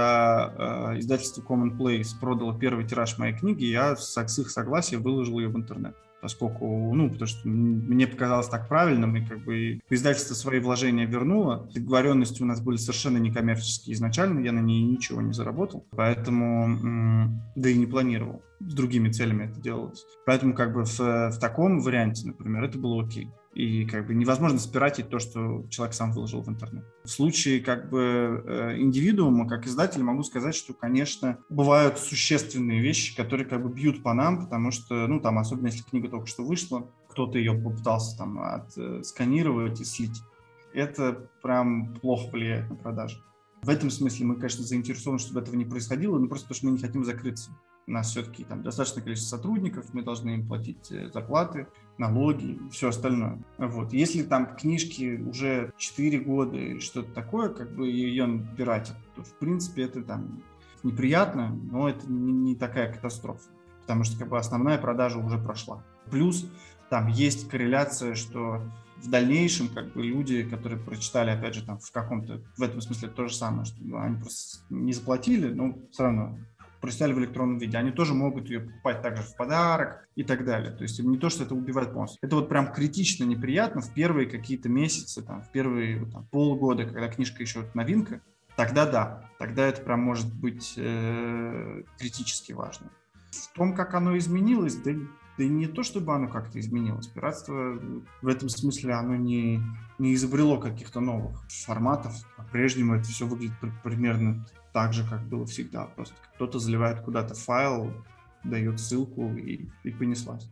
когда издательство Commonplace продало первый тираж моей книги, я с их согласия выложил ее в интернет. Поскольку, потому что мне показалось так правильным, и издательство свои вложения вернуло. Договоренности у нас были совершенно некоммерческие изначально, я на ней ничего не заработал, поэтому, да и не планировал. С другими целями это делалось. Поэтому в таком варианте, например, это было окей. И невозможно спиратить то, что человек сам выложил в интернет. В случае индивидуума, как издателя, могу сказать, что, конечно, бывают существенные вещи, которые бьют по нам, потому что, там, особенно если книга только что вышла, кто-то ее попытался там отсканировать и слить. Это прям плохо влияет на продажи. В этом смысле мы, конечно, заинтересованы, чтобы этого не происходило, но просто потому что мы не хотим закрыться. У нас все-таки там достаточное количество сотрудников, мы должны им платить зарплаты, налоги и все остальное. Вот. Если там книжки уже 4 года и что-то такое, ее пиратят, то в принципе это там неприятно, но это не такая катастрофа, потому что основная продажа уже прошла. Плюс там есть корреляция, что в дальнейшем люди, которые прочитали, опять же, там в этом смысле то же самое, что они просто не заплатили, но все равно прочитали в электронном виде, они тоже могут ее покупать также в подарок и так далее. То есть не то, что это убивает полностью. Это прям критично неприятно в первые какие-то месяцы, в первые полгода, когда книжка еще новинка, тогда да, тогда это прям может быть критически важно. В том, как оно изменилось, да не то, чтобы оно как-то изменилось. Пиратство в этом смысле оно не изобрело каких-то новых форматов. По-прежнему это все выглядит примерно так же, как было всегда. Просто кто-то заливает куда-то файл, дает ссылку и понеслась.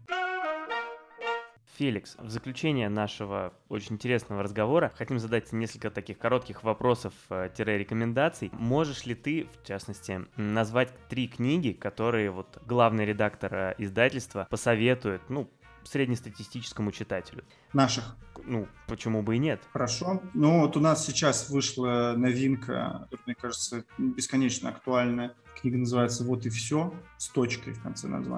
Феликс, в заключение нашего очень интересного разговора хотим задать несколько таких коротких вопросов-рекомендаций. Можешь ли ты, в частности, назвать 3 книги, которые главный редактор издательства посоветует, среднестатистическому читателю? Наших? Почему бы и нет? Хорошо. У нас сейчас вышла новинка, которая, мне кажется, бесконечно актуальная. Книга называется «Вот и все», с точкой в конце названия.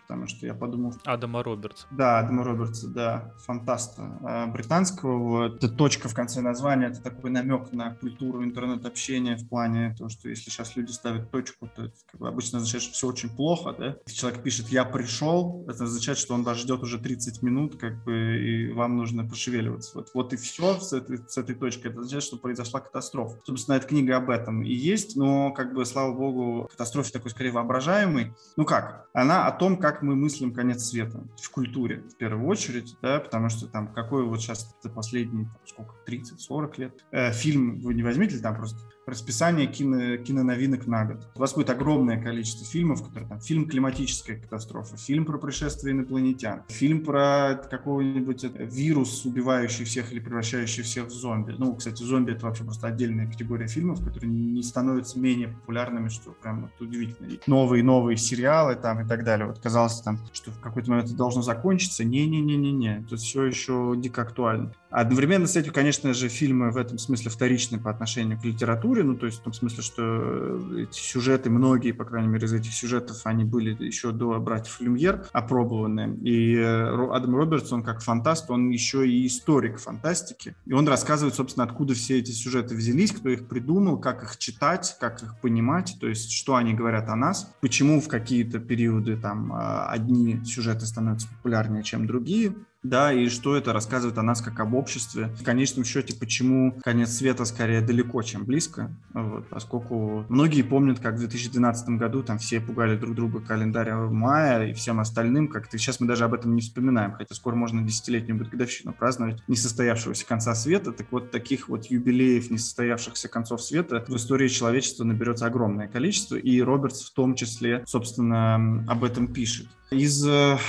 потому что я подумал... Адама Робертса. Да, Адама Робертса, да, фантаста британского. Вот. Эта точка в конце названия, это такой намек на культуру интернет-общения в плане того, что если сейчас люди ставят точку, то это как бы обычно означает, что все очень плохо, да? Если человек пишет «я пришел», это означает, что он вас ждет уже 30 минут, как бы, и вам нужно пошевеливаться. Вот и все с этой точки. Это означает, что произошла катастрофа. Собственно, эта книга об этом и есть, но, как бы, слава богу, катастрофе такой скорее воображаемый. Ну как? Она о том, как мы мыслим конец света в культуре, в первую очередь, да, потому что там какой вот сейчас за последние, сколько, 30-40 лет, фильм вы не возьмите, там просто расписание киноновинок на год. У вас будет огромное количество фильмов, которые там фильм «Климатическая катастрофа», фильм про пришествие инопланетян, фильм про какой-нибудь вирус, убивающий всех или превращающий всех в зомби. Ну, кстати, зомби — это вообще просто отдельная категория фильмов, которые не становятся менее популярными, что прям вот удивительно. И новые сериалы там и так далее. Вот казалось там, что в какой-то момент это должно закончиться. Не-не-не-не-не. Тут все еще дико актуально. Одновременно с этим, конечно же, фильмы в этом смысле вторичны по отношению к литературе, ну, то есть в том смысле, что эти сюжеты, многие, по крайней мере, из этих сюжетов, они были еще до «Братьев Люмьер» опробованы. И Адам Робертс, он как фантаст, он еще и историк фантастики. И он рассказывает, собственно, откуда все эти сюжеты взялись, кто их придумал, как их читать, как их понимать, то есть что они говорят о нас, почему в какие-то периоды там одни сюжеты становятся популярнее, чем другие. Да, и что это рассказывает о нас как об обществе. В конечном счете, почему конец света скорее далеко, чем близко. Вот, поскольку многие помнят, как в 2012 году там все пугали друг друга календарем мая и всем остальным. Как-то сейчас мы даже об этом не вспоминаем, хотя скоро можно десятилетнюю будет годовщину праздновать несостоявшегося конца света. Так вот, таких вот юбилеев несостоявшихся концов света в истории человечества наберется огромное количество, и Робертс в том числе, собственно, об этом пишет. Из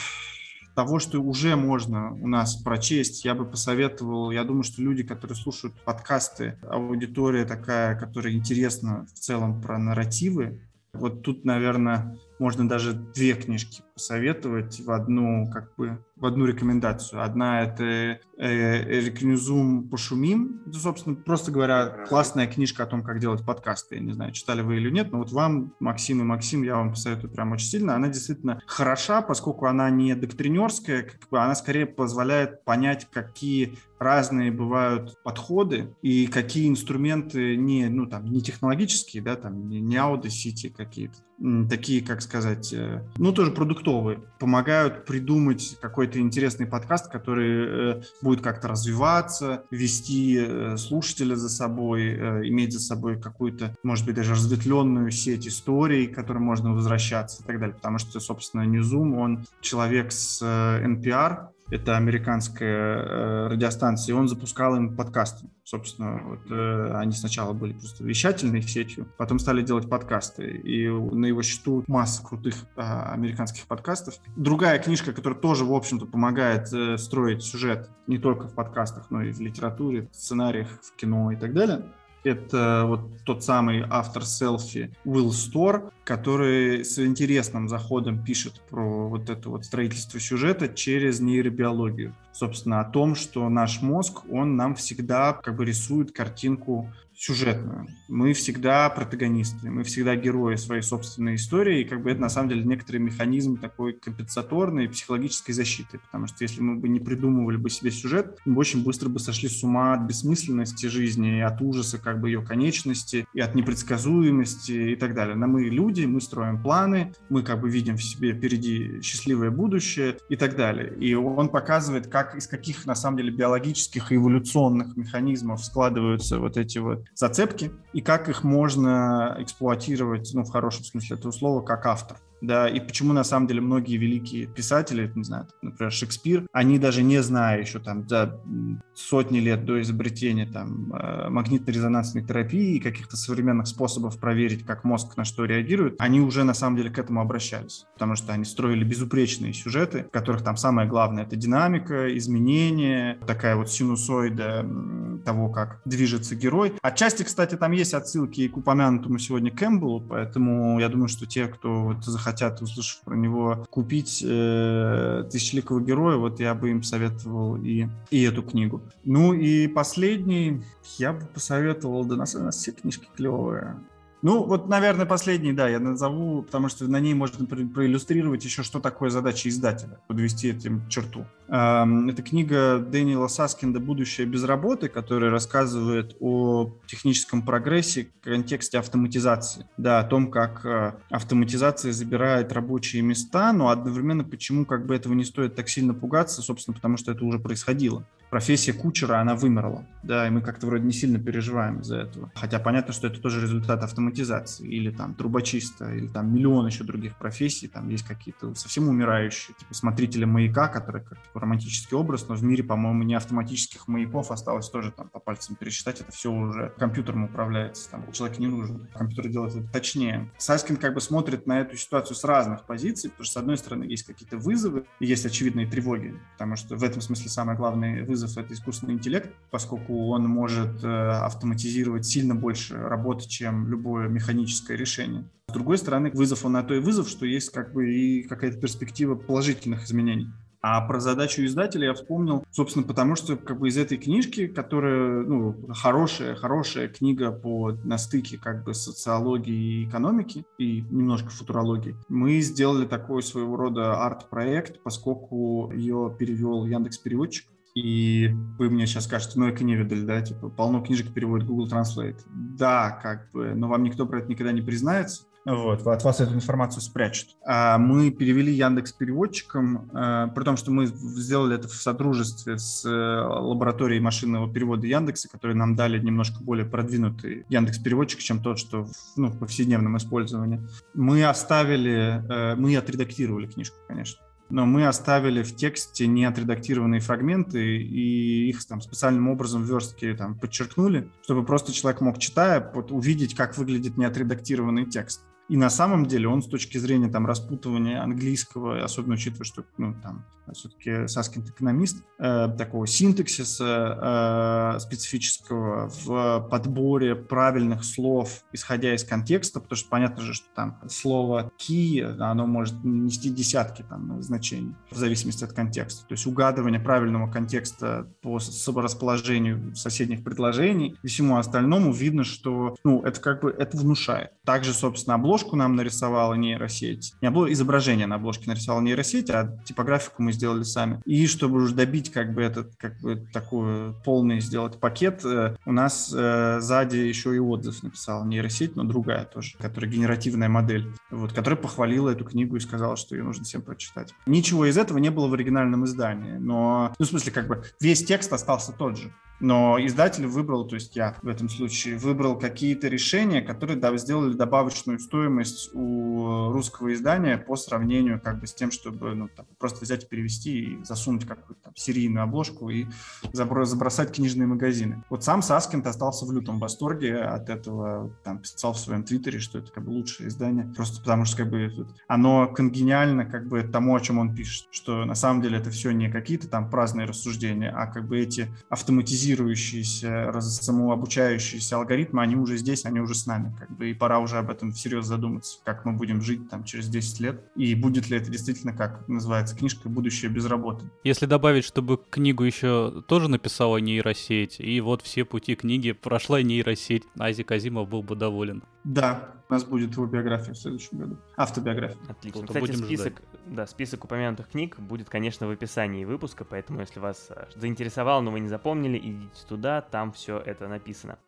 того, что уже можно у нас прочесть, я бы посоветовал, я думаю, что люди, которые слушают подкасты, аудитория такая, которая интересна в целом про нарративы, вот тут, наверное, можно даже две книжки посоветовать в одну рекомендацию. Одна — это «Эрик Ньюзум «Пошумим». Это, собственно, просто говоря, классная книжка о том, как делать подкасты. Я не знаю, читали вы или нет, но вот вам, Максим и Максим, я вам посоветую прям очень сильно. Она действительно хороша, поскольку она не доктринерская, как бы она скорее позволяет понять, какие разные бывают подходы и какие инструменты не технологические, да, там не аудиосети какие-то, такие, как сказать, тоже продуктовые, помогают придумать какой-то интересный подкаст, который будет как-то развиваться, вести слушателя за собой, иметь за собой какую-то, может быть, даже разветвленную сеть историй, к которым можно возвращаться и так далее. Потому что, собственно, Newsroom, он человек с NPR, это американская радиостанция, и он запускал им подкасты. Собственно, вот, они сначала были просто вещательной сетью, потом стали делать подкасты, и на его счету масса крутых американских подкастов. Другая книжка, которая тоже, в общем-то, помогает строить сюжет не только в подкастах, но и в литературе, в сценариях, в кино и так далее. Это вот тот самый автор селфи Уилл Стор, который с интересным заходом пишет про вот это вот строительство сюжета через нейробиологию. Собственно, о том, что наш мозг, он нам всегда как бы рисует картинку сюжетную. Мы всегда протагонисты, мы всегда герои своей собственной истории, и как бы это на самом деле некоторый механизм такой компенсаторной психологической защиты, потому что если мы бы не придумывали бы себе сюжет, мы бы очень быстро бы сошли с ума от бессмысленности жизни, от ужаса как бы ее конечности, и от непредсказуемости и так далее. Но мы люди, мы строим планы, мы как бы видим в себе впереди счастливое будущее и так далее. И он показывает, как из каких на самом деле биологических и эволюционных механизмов складываются вот эти вот зацепки, и как их можно эксплуатировать, в хорошем смысле этого слова, как автор. Да, и почему на самом деле многие великие писатели, не знаю, например, Шекспир, они даже не зная еще там за сотни лет до изобретения там магнитно-резонансной терапии и каких-то современных способов проверить, как мозг на что реагирует, они уже на самом деле к этому обращались, потому что они строили безупречные сюжеты, в которых там самое главное — это динамика, изменения, такая вот синусоида того, как движется герой. Отчасти, кстати, там есть отсылки и к упомянутому сегодня Кэмпбеллу, поэтому я думаю, что те, кто вот захотят, услышав про него, купить «Тысячеликого героя», вот я бы им советовал и эту книгу. Ну и последний, я бы посоветовал, да, у нас все книжки клевые. Ну, вот, наверное, последний, да, я назову, потому что на ней можно проиллюстрировать еще, что такое задача издателя, подвести этим черту. Это книга Дэниела Саскинда «Будущее без работы», которая рассказывает о техническом прогрессе в контексте автоматизации. Да, о том, как автоматизация забирает рабочие места, но одновременно почему как бы этого не стоит так сильно пугаться, собственно, потому что это уже происходило. Профессия кучера, она вымерла, да, и мы как-то вроде не сильно переживаем из-за этого. Хотя понятно, что это тоже результат автоматизации, или там трубочиста, или там миллион еще других профессий, там есть какие-то совсем умирающие, типа смотрителя маяка, который как такой романтический образ, но в мире, по-моему, не автоматических маяков осталось тоже там по пальцам пересчитать, это все уже компьютером управляется, там человек не нужен, компьютер делает это точнее. Саскин как бы смотрит на эту ситуацию с разных позиций, потому что с одной стороны есть какие-то вызовы, и есть очевидные тревоги, потому что в этом смысле самый главный вызов — это искусственный интеллект, поскольку он может автоматизировать сильно больше работы, чем любое механическое решение. С другой стороны, вызов он на то и вызов, что есть как бы и какая-то перспектива положительных изменений. А про задачу издателя я вспомнил, собственно, потому что как бы из этой книжки, которая, ну, хорошая книга на стыке как бы социологии и экономики и немножко футурологии, мы сделали такой своего рода арт-проект, поскольку ее перевел Яндекс.Переводчик. И вы мне сейчас скажете, ну, это не видали, да, типа, полно книжек переводит Google Translate. Да, как бы, но вам никто про это никогда не признается. Вот, от вас эту информацию спрячут. А мы перевели Яндекс.Переводчиком, при том, что мы сделали это в содружестве с лабораторией машинного перевода Яндекса, которые нам дали немножко более продвинутый Яндекс.Переводчик, чем тот, что в повседневном использовании. Мы отредактировали книжку, конечно. Но мы оставили в тексте неотредактированные фрагменты и их там специальным образом в верстке там подчеркнули, чтобы просто человек мог, читая, увидеть, как выглядит неотредактированный текст. И на самом деле он с точки зрения там распутывания английского, особенно учитывая, что там все-таки Саскин экономист, такого синтаксиса специфического в подборе правильных слов, исходя из контекста, потому что понятно же, что там слово key, оно может нести десятки там значений в зависимости от контекста. То есть угадывание правильного контекста по расположению соседних предложений и всему остальному видно, что это как бы это внушает. Также, собственно, обложку нам нарисовала нейросеть. Не изображение на обложке нарисовала нейросеть, а типографику мы сделали сами. И чтобы уже добить такой полный сделать пакет, у нас сзади еще и отзыв написала нейросеть, но другая тоже, которая генеративная модель, которая похвалила эту книгу и сказала, что ее нужно всем прочитать. Ничего из этого не было в оригинальном издании, но, в смысле, весь текст остался тот же. Но издатель выбрал, то есть я в этом случае выбрал какие-то решения, которые сделали добавочную стоимость у русского издания по сравнению с тем, чтобы просто взять и перевести и засунуть какую-то серийную обложку и забросать книжные магазины. Вот сам Саскинд остался в лютом восторге от этого, писал в своем твиттере, что это лучшее издание, просто потому что оно конгениально тому, о чем он пишет, что на самом деле это все не какие-то праздные рассуждения, а эти автоматизированные самообучающиеся алгоритмы, они уже здесь, они уже с нами. И пора уже об этом всерьез задуматься, как мы будем жить через 10 лет, и будет ли это действительно, как называется книжка, «Будущее без работы». Если добавить, чтобы книгу еще тоже написала нейросеть, и вот все пути книги прошла нейросеть, Айзек Азимов был бы доволен. Да, у нас будет его биография в следующем году. Автобиография. Отлично. Кстати, список упомянутых книг будет, конечно, в описании выпуска, поэтому если вас заинтересовало, но вы не запомнили, идите туда, там все это написано.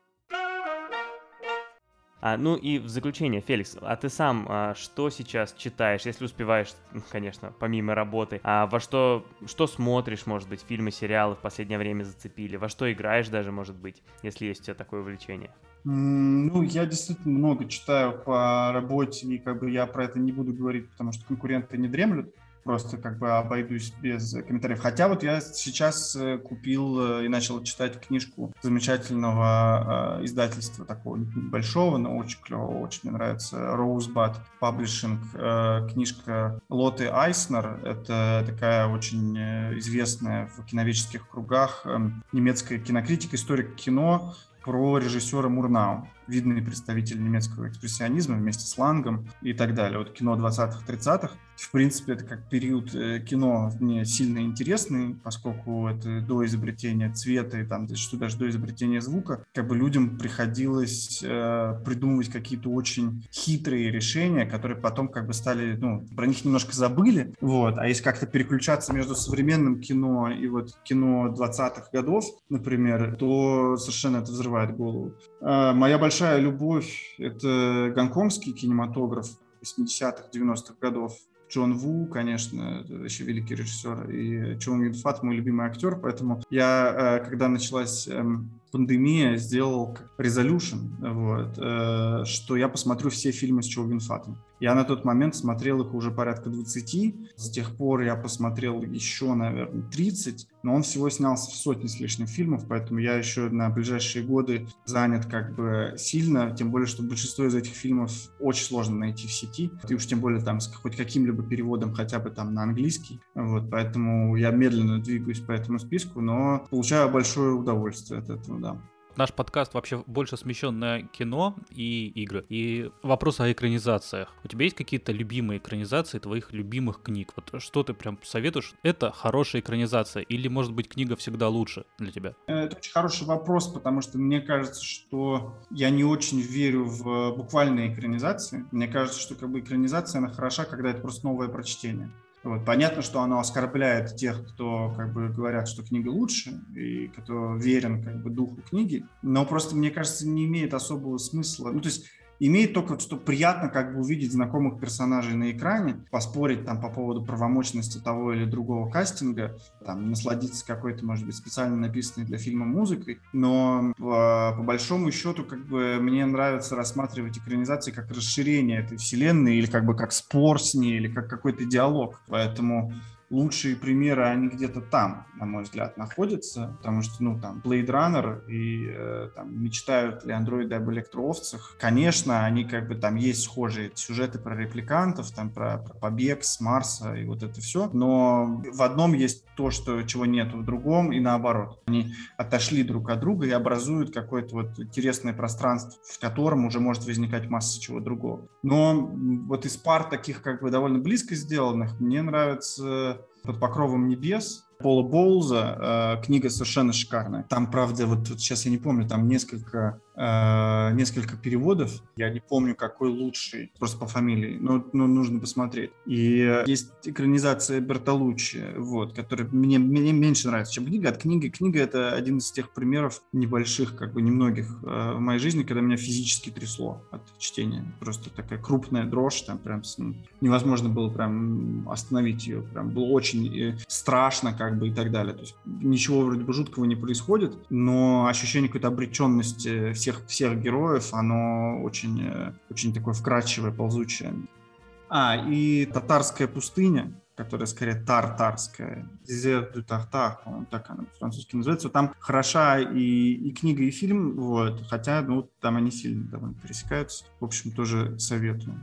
И в заключение, Феликс, а ты сам что сейчас читаешь, если успеваешь, конечно, помимо работы, во что смотришь, может быть, фильмы, сериалы в последнее время зацепили, во что играешь даже, может быть, если есть у тебя такое увлечение? Я действительно много читаю по работе, и я про это не буду говорить, потому что конкуренты не дремлют. Просто обойдусь без комментариев. Хотя я сейчас купил и начал читать книжку замечательного издательства, такого большого, но очень клевого, очень мне нравится, Rosebud Publishing, книжка Лотты Айснер. Это такая очень известная в киноведческих кругах немецкая кинокритика, историк кино, про режиссера Мурнау, видный представитель немецкого экспрессионизма вместе с Лангом и так далее. Вот кино 20-30-х. В принципе, это как период кино мне сильно интересный, поскольку это до изобретения цвета и там даже до изобретения звука, как бы людям приходилось придумывать какие-то очень хитрые решения, которые потом как бы стали, про них немножко забыли, вот. А если как-то переключаться между современным кино и вот кино 20-х годов, например, то совершенно это взрывает голову. Моя большая любовь — это гонконгский кинематограф 80-х, 90-х годов. Джон Ву, конечно, это вообще великий режиссер, и Чон Юн Фат мой любимый актер, поэтому я, когда началась пандемия, сделал резолюшн, что я посмотрю все фильмы с Чон Юн Фатом. Я на тот момент смотрел их уже порядка 20, с тех пор я посмотрел еще, наверное, 30, но он всего снялся в сотни с лишним фильмов, поэтому я еще на ближайшие годы занят как бы сильно, тем более, что большинство из этих фильмов очень сложно найти в сети, и уж тем более там с хоть каким-либо переводом хотя бы там на английский, поэтому я медленно двигаюсь по этому списку, но получаю большое удовольствие от этого, да. Наш подкаст вообще больше смещен на кино и игры. И вопрос о экранизациях. У тебя есть какие-то любимые экранизации твоих любимых книг? Вот что ты прям советуешь? Это хорошая экранизация или, может быть, книга всегда лучше для тебя? Это очень хороший вопрос, потому что мне кажется, что я не очень верю в буквальные экранизации. Мне кажется, что как бы экранизация, она хороша, когда это просто новое прочтение. Понятно, что оно оскорбляет тех, кто как бы говорят, что книга лучше, и кто верен как бы духу книги, но просто, мне кажется, не имеет особого смысла. То есть имеет только, что приятно как бы увидеть знакомых персонажей на экране, поспорить там по поводу правомочности того или другого кастинга, там, насладиться какой-то, может быть, специально написанной для фильма музыкой, но по большому счету как бы мне нравится рассматривать экранизации как расширение этой вселенной или как бы как спор с ней, или как какой-то диалог, поэтому лучшие примеры, они где-то там, на мой взгляд, находятся, потому что, там, Blade Runner и там, мечтают ли андроиды об электроовцах. Конечно, они как бы там есть схожие сюжеты про репликантов, там, про побег с Марса и вот это все, но в одном есть то, чего нет в другом, и наоборот. Они отошли друг от друга и образуют какое-то вот интересное пространство, в котором уже может возникать масса чего другого. Но вот из пар таких как бы довольно близко сделанных мне нравится «Под покровом небес» Пола Боулза. Книга совершенно шикарная. Там, правда, вот сейчас я не помню, там несколько переводов. Я не помню, какой лучший, просто по фамилии, но нужно посмотреть. И есть экранизация Бертолуччи, которая мне меньше нравится, чем книга. Книга — это один из тех примеров небольших, как бы немногих в моей жизни, когда меня физически трясло от чтения. Просто такая крупная дрожь, там прям невозможно было прям остановить ее. Прям было очень страшно, как бы, и так далее. То есть ничего вроде бы жуткого не происходит, но ощущение какой-то обреченности всех героев, оно очень, очень такое вкрадчивое, ползучее. И «Татарская пустыня», которая скорее тартарская, «Désert du Tartare», по-моему, так она по-французски называется. Там хороша и книга, и фильм, хотя, там они сильно довольно пересекаются. В общем, тоже советую.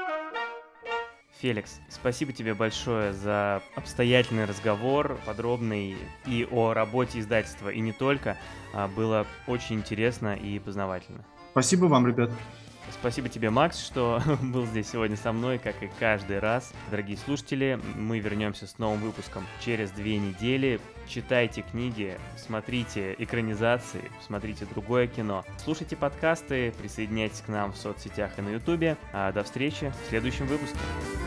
Феликс, спасибо тебе большое за обстоятельный разговор, подробный и о работе издательства, и не только. Было очень интересно и познавательно. Спасибо вам, ребят. Спасибо тебе, Макс, что был здесь сегодня со мной, как и каждый раз. Дорогие слушатели, мы вернемся с новым выпуском через 2 недели. Читайте книги, смотрите экранизации, смотрите другое кино. Слушайте подкасты, присоединяйтесь к нам в соцсетях и на Ютубе. До встречи в следующем выпуске.